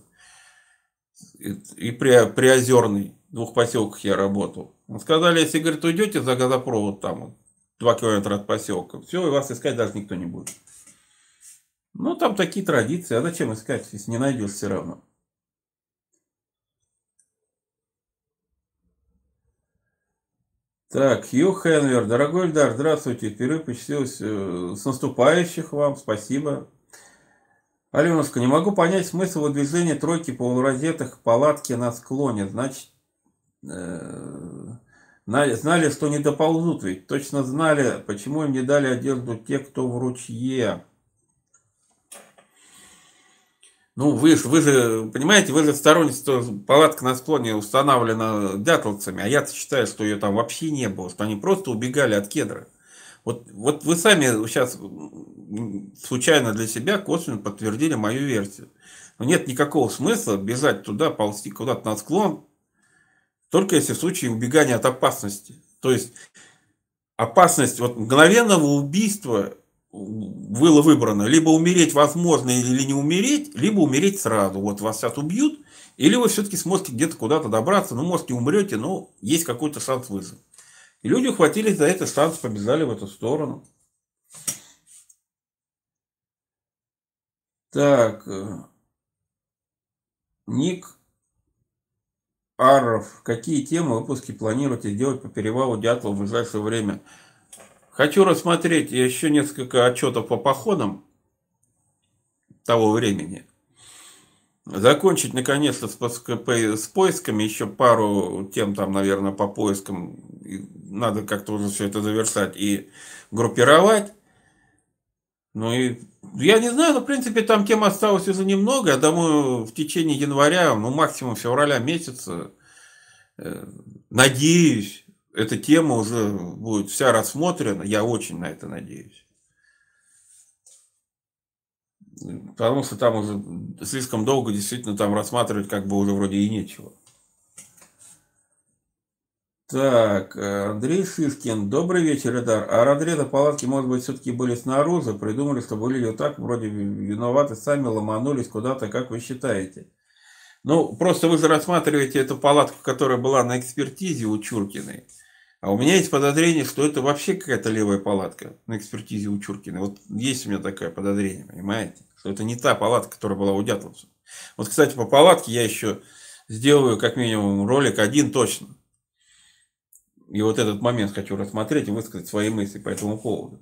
Speaker 1: и Приозерный, в 2 поселках я работал. Сказали, если, говорит, уйдете за газопровод там, 2 километра от поселка, все, и вас искать даже никто не будет. Ну, там такие традиции, а зачем искать, если не найдешь все равно? Так, Хью Хенвер, дорогой Эльдар, здравствуйте. Впервые посетилась с наступающих вам, спасибо. Аленушка, не могу понять смысл выдвижения тройки полуразетых палатки на склоне. Значит, э, знали, что не доползут ведь. Точно знали, почему им не дали одежду те, кто в ручье. Ну, вы же, понимаете, вы же сторонник, что палатка на склоне установлена дятловцами, а я-то считаю, что ее там вообще не было, что они просто убегали от кедра. Вот вы сами сейчас случайно для себя косвенно подтвердили мою версию. Но нет никакого смысла бежать туда, ползти куда-то на склон, только если в случае убегания от опасности. То есть опасность вот мгновенного убийства было выбрано. Либо умереть возможно, или не умереть, либо умереть сразу. Вот вас сейчас убьют, или вы все-таки сможете где-то куда-то добраться. Ну, может, не умрете, но есть какой-то шанс выжить. И люди ухватились за этот шанс, побежали в эту сторону. Так, Ник Аров. Какие темы выпуски планируете сделать по перевалу Дятлова в ближайшее время? Хочу рассмотреть еще несколько отчетов по походам того времени. Закончить наконец-то с поисками, еще пару тем там, наверное, по поискам. Надо как-то уже все это завершать и группировать. Ну и я не знаю, но в принципе там тем осталось уже немного. Я думаю, в течение января, ну максимум февраля месяца, э, надеюсь, эта тема уже будет вся рассмотрена. Я очень на это надеюсь. Потому что там уже слишком долго действительно там рассматривать как бы уже вроде и нечего. Так, Андрей Шишкин. Добрый вечер, Эдар. А разрезы палатки, может быть, все-таки были снаружи? Придумали, что были вот так, вроде виноваты, сами ломанулись куда-то, как вы считаете? Ну, просто вы же рассматриваете эту палатку, которая была на экспертизе у Чуркиной. А у меня есть подозрение, что это вообще какая-то левая палатка на экспертизе у Чуркиной. Вот есть у меня такое подозрение, понимаете? Что это не та палатка, которая была у дятловцев. Вот, кстати, по палатке я еще сделаю как минимум ролик один точно. И вот этот момент хочу рассмотреть и высказать свои мысли по этому поводу.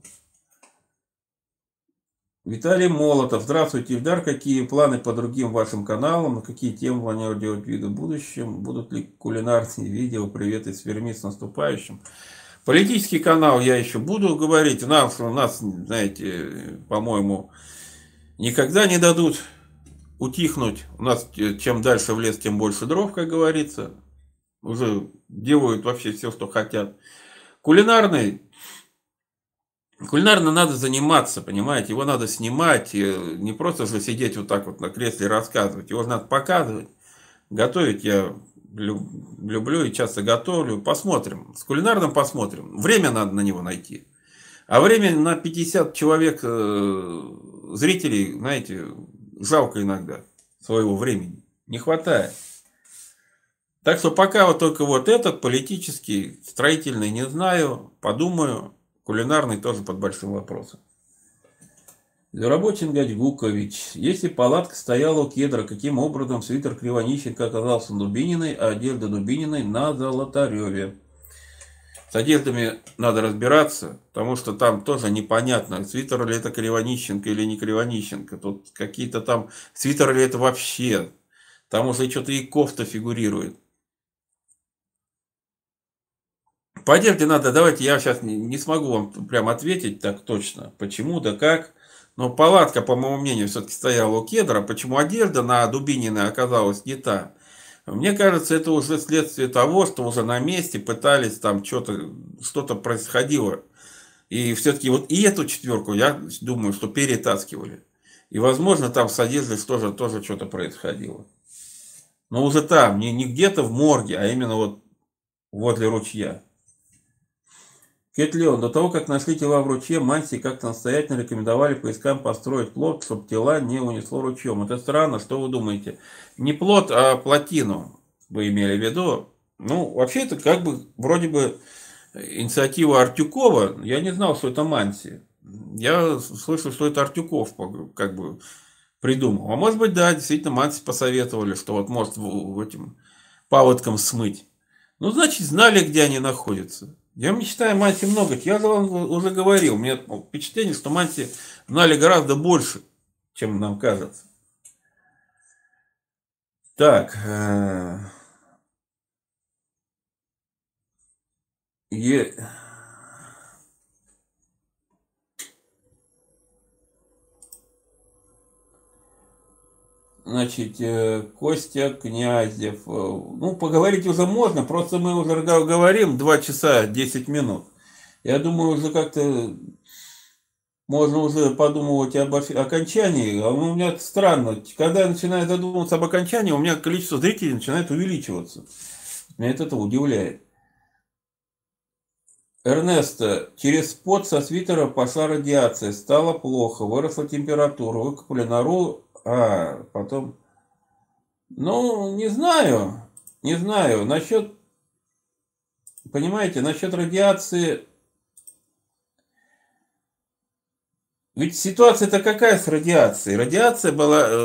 Speaker 1: Виталий Молотов. Здравствуйте, Ильдар. Какие планы по другим вашим каналам? На какие темы планируете делать видео в будущем? Будут ли кулинарные видео? Привет из Перми, с наступающим. Политический канал я еще буду говорить. У нас, знаете, по-моему, никогда не дадут утихнуть. У нас чем дальше в лес, тем больше дров, как говорится. Уже делают вообще все, что хотят. Кулинарный. Кулинарно надо заниматься, понимаете, его надо снимать, не просто же сидеть вот так вот на кресле и рассказывать, его же надо показывать. Готовить я люблю и часто готовлю. Посмотрим, с кулинарным посмотрим. Время надо на него найти. А время на 50 человек зрителей, знаете, жалко иногда своего времени. Не хватает. Так что пока вот только вот этот политический, строительный не знаю, подумаю. Кулинарный тоже под большим вопросом. Заработин Гадьгукович. Если палатка стояла у кедра, каким образом свитер Кривонищенко оказался на Дубининой, а одежда Дубининой на Золотареве? С одеждами надо разбираться, потому что там тоже непонятно, свитер ли это Кривонищенко или не Кривонищенко. Тут какие-то там, свитер ли это вообще. Там уже что-то и кофта фигурирует. По одежде надо, давайте я сейчас не смогу вам прям ответить так точно, почему да как. Но палатка, по моему мнению, все-таки стояла у кедра. Почему одежда на Дубининой оказалась не та? Мне кажется, это уже следствие того, что уже на месте пытались там что-то происходило. И все-таки вот и эту четверку, я думаю, что перетаскивали. И, возможно, там с одеждой тоже что-то происходило. Но уже там, не где-то в морге, а именно вот возле ручья. Кетлеон, до того, как нашли тела в ручье, Манси как-то настоятельно рекомендовали поискам построить плот, чтобы тела не унесло ручьем. Это странно, что вы думаете? Не плот, а плотину вы имели в виду. Ну, вообще это как бы вроде бы инициатива Артюкова. Я не знал, что это Манси. Я слышал, что это Артюков как бы придумал. А может быть, да, действительно Манси посоветовали, что вот может этим паводком смыть. Ну, значит, знали, где они находятся. Я мечтаю мантии много. Я же вам уже говорил. У меня впечатление, что мантии знали гораздо больше, чем нам кажется. Так. Е- Значит, Костя Князев. Ну, поговорить уже можно, просто мы уже говорим 2 часа 10 минут. Я думаю, уже как-то можно уже подумывать об окончании. А у меня странно, когда я начинаю задумываться об окончании, у меня количество зрителей начинает увеличиваться. Меня это удивляет. Эрнесто, через пот со свитера пошла радиация, стало плохо, выросла температура, выкопали нору, а потом... Ну, не знаю, не знаю. Насчет, понимаете, насчет радиации... Ведь ситуация-то какая с радиацией? Радиация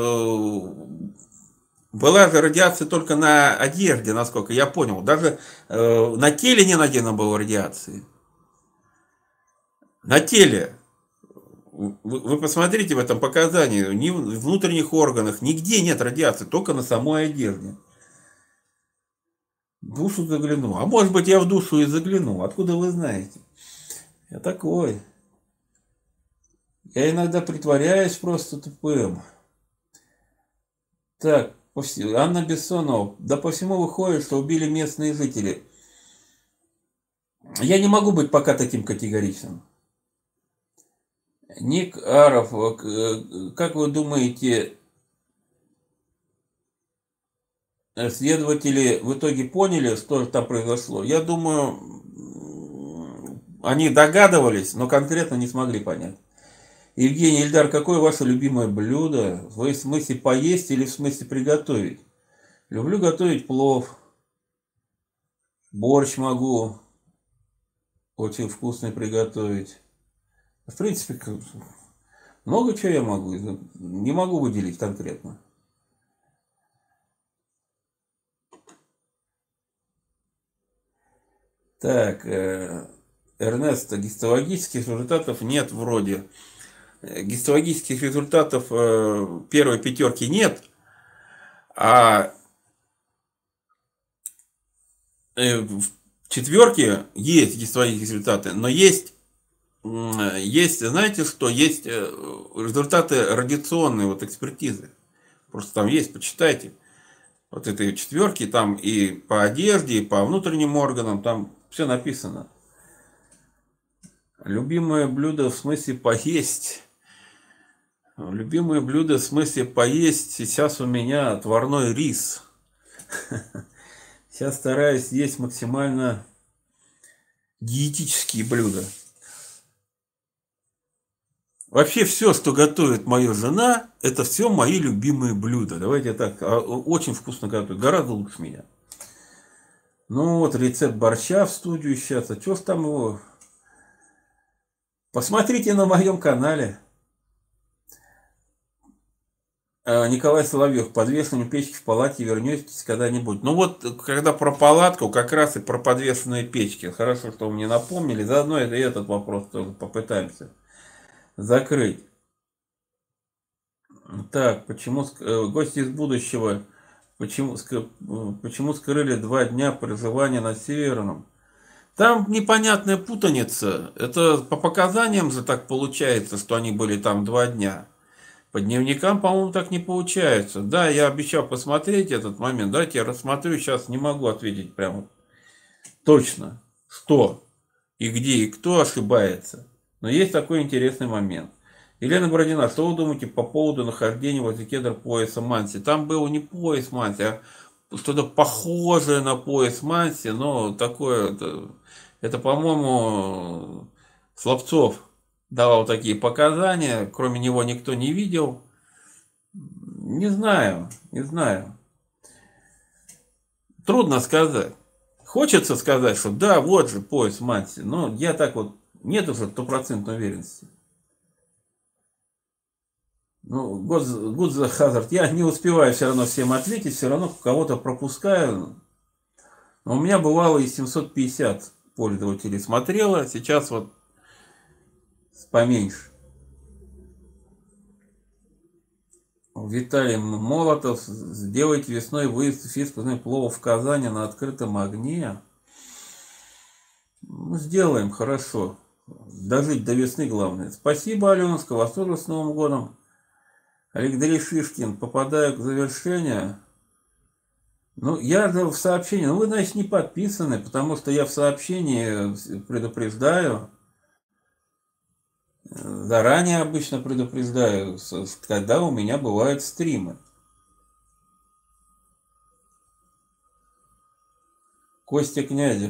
Speaker 1: была же радиация только на одежде, насколько я понял. Даже на теле не найдено было радиации. На теле. Вы посмотрите в этом показании. Ни в внутренних органах, нигде нет радиации, только на самой одежде. В душу заглянул. А может быть, я в душу и заглянул. Откуда вы знаете? Я такой. Я иногда притворяюсь просто тупым. Так, Анна Бессонова. Да по всему выходит, что убили местные жители. Я не могу быть пока таким категоричным. Ник Аров, как вы думаете, следователи в итоге поняли, что там произошло? Я думаю, они догадывались, но конкретно не смогли понять. Евгений Ильдар, какое ваше любимое блюдо? Вы в смысле поесть или в смысле приготовить? Люблю готовить плов, борщ могу очень вкусный приготовить. В принципе, много чего я могу, не могу выделить конкретно. Так, Эрнесто, гистологических результатов нет вроде. Гистологических результатов первой пятерки нет, а в четверке есть гистологические результаты, но есть, знаете что, есть результаты радиационной вот экспертизы. Просто там есть, почитайте. Вот этой четверки, там и по одежде, и по внутренним органам, там все написано. Любимое блюдо в смысле поесть. Любимое блюдо в смысле поесть сейчас у меня отварной рис. Сейчас стараюсь есть максимально диетические блюда. Вообще все, что готовит моя жена, это все мои любимые блюда. Давайте так, очень вкусно готовит, гораздо лучше меня. Ну вот рецепт борща в студию сейчас, а что ж там его? Посмотрите на моем канале. Николай Соловьев, подвешенную печки в палате вернетесь когда-нибудь. Ну вот, когда про палатку, как раз и про подвешенные печки. Хорошо, что вы мне напомнили. Заодно и этот вопрос тоже попытаемся закрыть. Так, гости из будущего, почему скрыли 2 дня проживания на Северном? Там непонятная путаница. Это по показаниям же так получается, что они были там 2 дня. По дневникам, по-моему, так не получается. Да, я обещал посмотреть этот момент. Давайте я рассмотрю. Сейчас не могу ответить прямо точно, что и где и кто ошибается. Но есть такой интересный момент. Елена Бородина, что вы думаете по поводу нахождения возле кедр пояса Манси? Там был не пояс Манси, а что-то похожее на пояс Манси, но такое, это по-моему, Слабцов давал такие показания, кроме него никто не видел. Не знаю, не знаю. Трудно сказать. Хочется сказать, что да, вот же пояс Манси, но я так вот, нет уже стопроцентной уверенности. Ну, Good the Hazard. Я не успеваю все равно всем ответить, все равно кого-то пропускаю. Но у меня бывало и 750 пользователей смотрело, сейчас вот поменьше. Виталий Молотов, сделайте весной выезд в физкультурный плов в Казани на открытом огне. Ну, сделаем, хорошо. Дожить до весны главное. Спасибо, Аленушка, вас тоже с Новым годом. Алексей Шишкин, попадаю к завершению. Ну, я же в сообщении, ну вы, значит, не подписаны, потому что я в сообщении предупреждаю, заранее обычно предупреждаю, когда у меня бывают стримы. Костя Князев,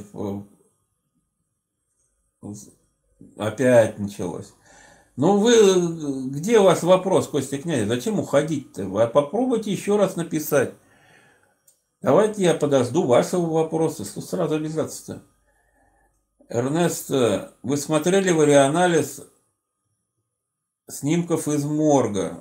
Speaker 1: опять началось. Ну вы, где ваш вопрос, Костя Князев? Зачем уходить-то? Вы попробуйте еще раз написать. Давайте я подожду вашего вопроса. Что сразу обижаться-то? Эрнест, вы смотрели варианализ снимков из морга?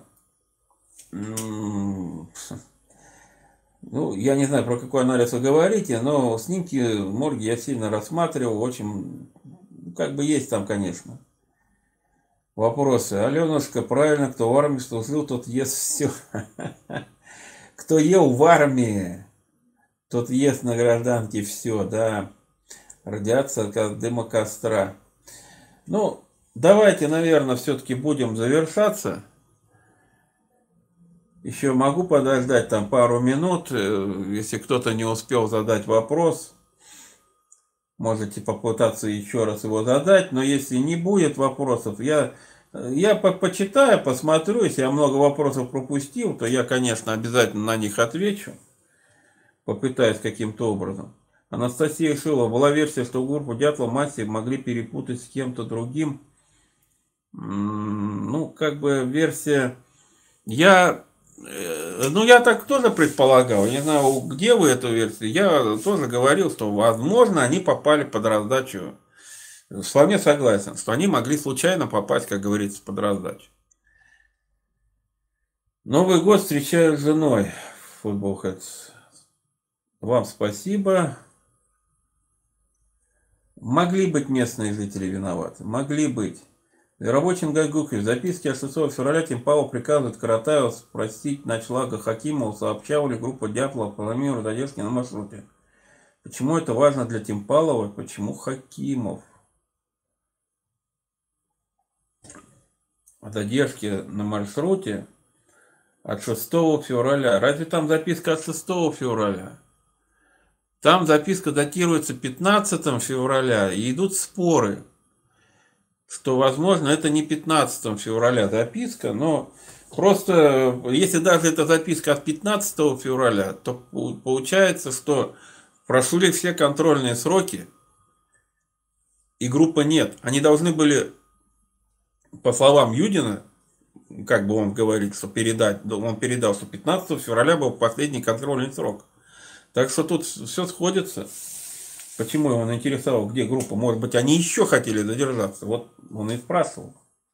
Speaker 1: Ну, я не знаю, про какой анализ вы говорите, но снимки в морге я сильно рассматривал. Очень, как бы есть там, конечно, вопросы. Аленушка, правильно, кто в армии служил, тот ест все. Кто ел в армии, тот ест на гражданке все, да. Радиация от дыма костра. Ну, давайте, наверное, все-таки будем завершаться. Еще могу подождать там пару минут. Если кто-то не успел задать вопрос, можете попытаться еще раз его задать. Но если не будет вопросов, я почитаю, посмотрю. Если я много вопросов пропустил, то я, конечно, обязательно на них отвечу. Попытаюсь каким-то образом. Анастасия Шилова. Была версия, что группу Дятлова Масси могли перепутать с кем-то другим. Ну, как бы версия... Я так тоже предполагал. Не знаю, где вы эту версию. Я тоже говорил, что, возможно, они попали под раздачу. С вами согласен, что они могли случайно попасть, как говорится, под раздачу. Новый год встречаю с женой. Футбол Хэтс. Вам спасибо. Могли быть местные жители виноваты. Могли быть. Рабочий Гайгуков. В записке от 6 февраля Тимпалов приказывает Каратаеву спросить ночлага Хакимова, сообщала ли группа Дятлова планированию задержки на маршруте. Почему это важно для Тимпалова? Почему Хакимов? Задержки на маршруте от 6 февраля. Разве там записка от 6 февраля? Там записка датируется 15 февраля, и идут споры, что, возможно, это не 15 февраля записка, но просто, если даже это записка от 15 февраля, то получается, что прошли все контрольные сроки, и группы нет. Они должны были, по словам Юдина, как бы он говорит, что он передал, что 15 февраля был последний контрольный срок. Так что тут все сходится. Почему его интересовало, где группа? Может быть, они еще хотели задержаться. Вот он и спрашивал.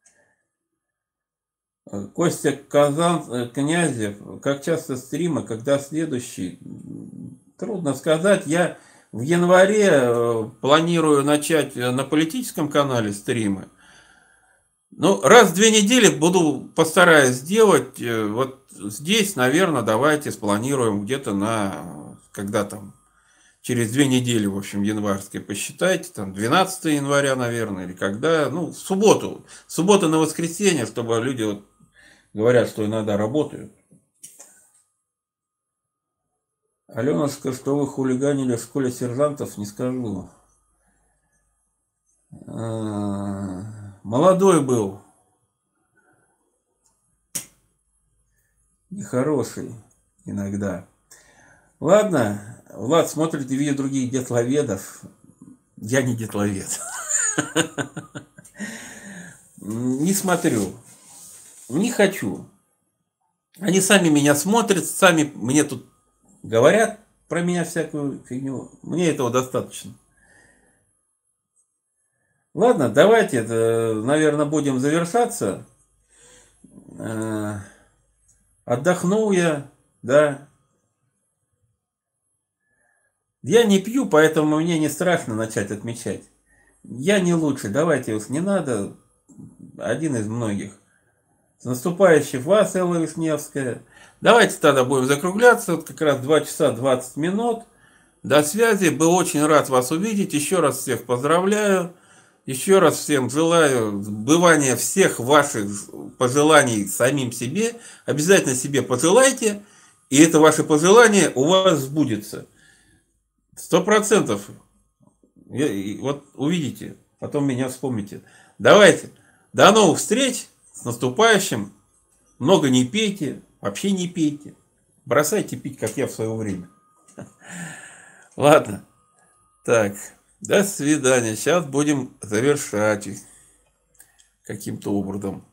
Speaker 1: Костя Князев. Как часто стримы, когда следующий? Трудно сказать. Я в январе планирую начать на политическом канале стримы. Ну, раз в 2 недели постараюсь сделать. Вот здесь, наверное, давайте спланируем где-то когда там, через 2 недели, в общем, январской, посчитайте, там, 12 января, наверное, или когда, ну, в субботу. Суббота на воскресенье, чтобы люди вот говорят, что иногда работают. Аленушка, что вы хулиганили в школе сержантов, не скажу. Молодой был. Нехороший иногда. Ладно, Влад смотрит видео других детловедов. Я не детловед. Не смотрю. Не хочу. Они сами меня смотрят, сами мне тут говорят про меня всякую фигню. Мне этого достаточно. Ладно, давайте, наверное, будем завершаться. Отдохнул я, да. Я не пью, поэтому мне не страшно начать отмечать. Я не лучший, давайте уж не надо, один из многих. С наступающей вас, Элла Вишневская. Давайте тогда будем закругляться, вот как раз 2 часа 20 минут. До связи, был очень рад вас увидеть, еще раз всех поздравляю. Еще раз всем желаю сбывания всех ваших пожеланий самим себе. Обязательно себе пожелайте, и это ваше пожелание у вас сбудется. 100%. Вот увидите, потом меня вспомните. Давайте, до новых встреч, с наступающим. Много не пейте, вообще не пейте. Бросайте пить, как я в свое время. Ладно, так, до свидания. Сейчас будем завершать каким-то образом.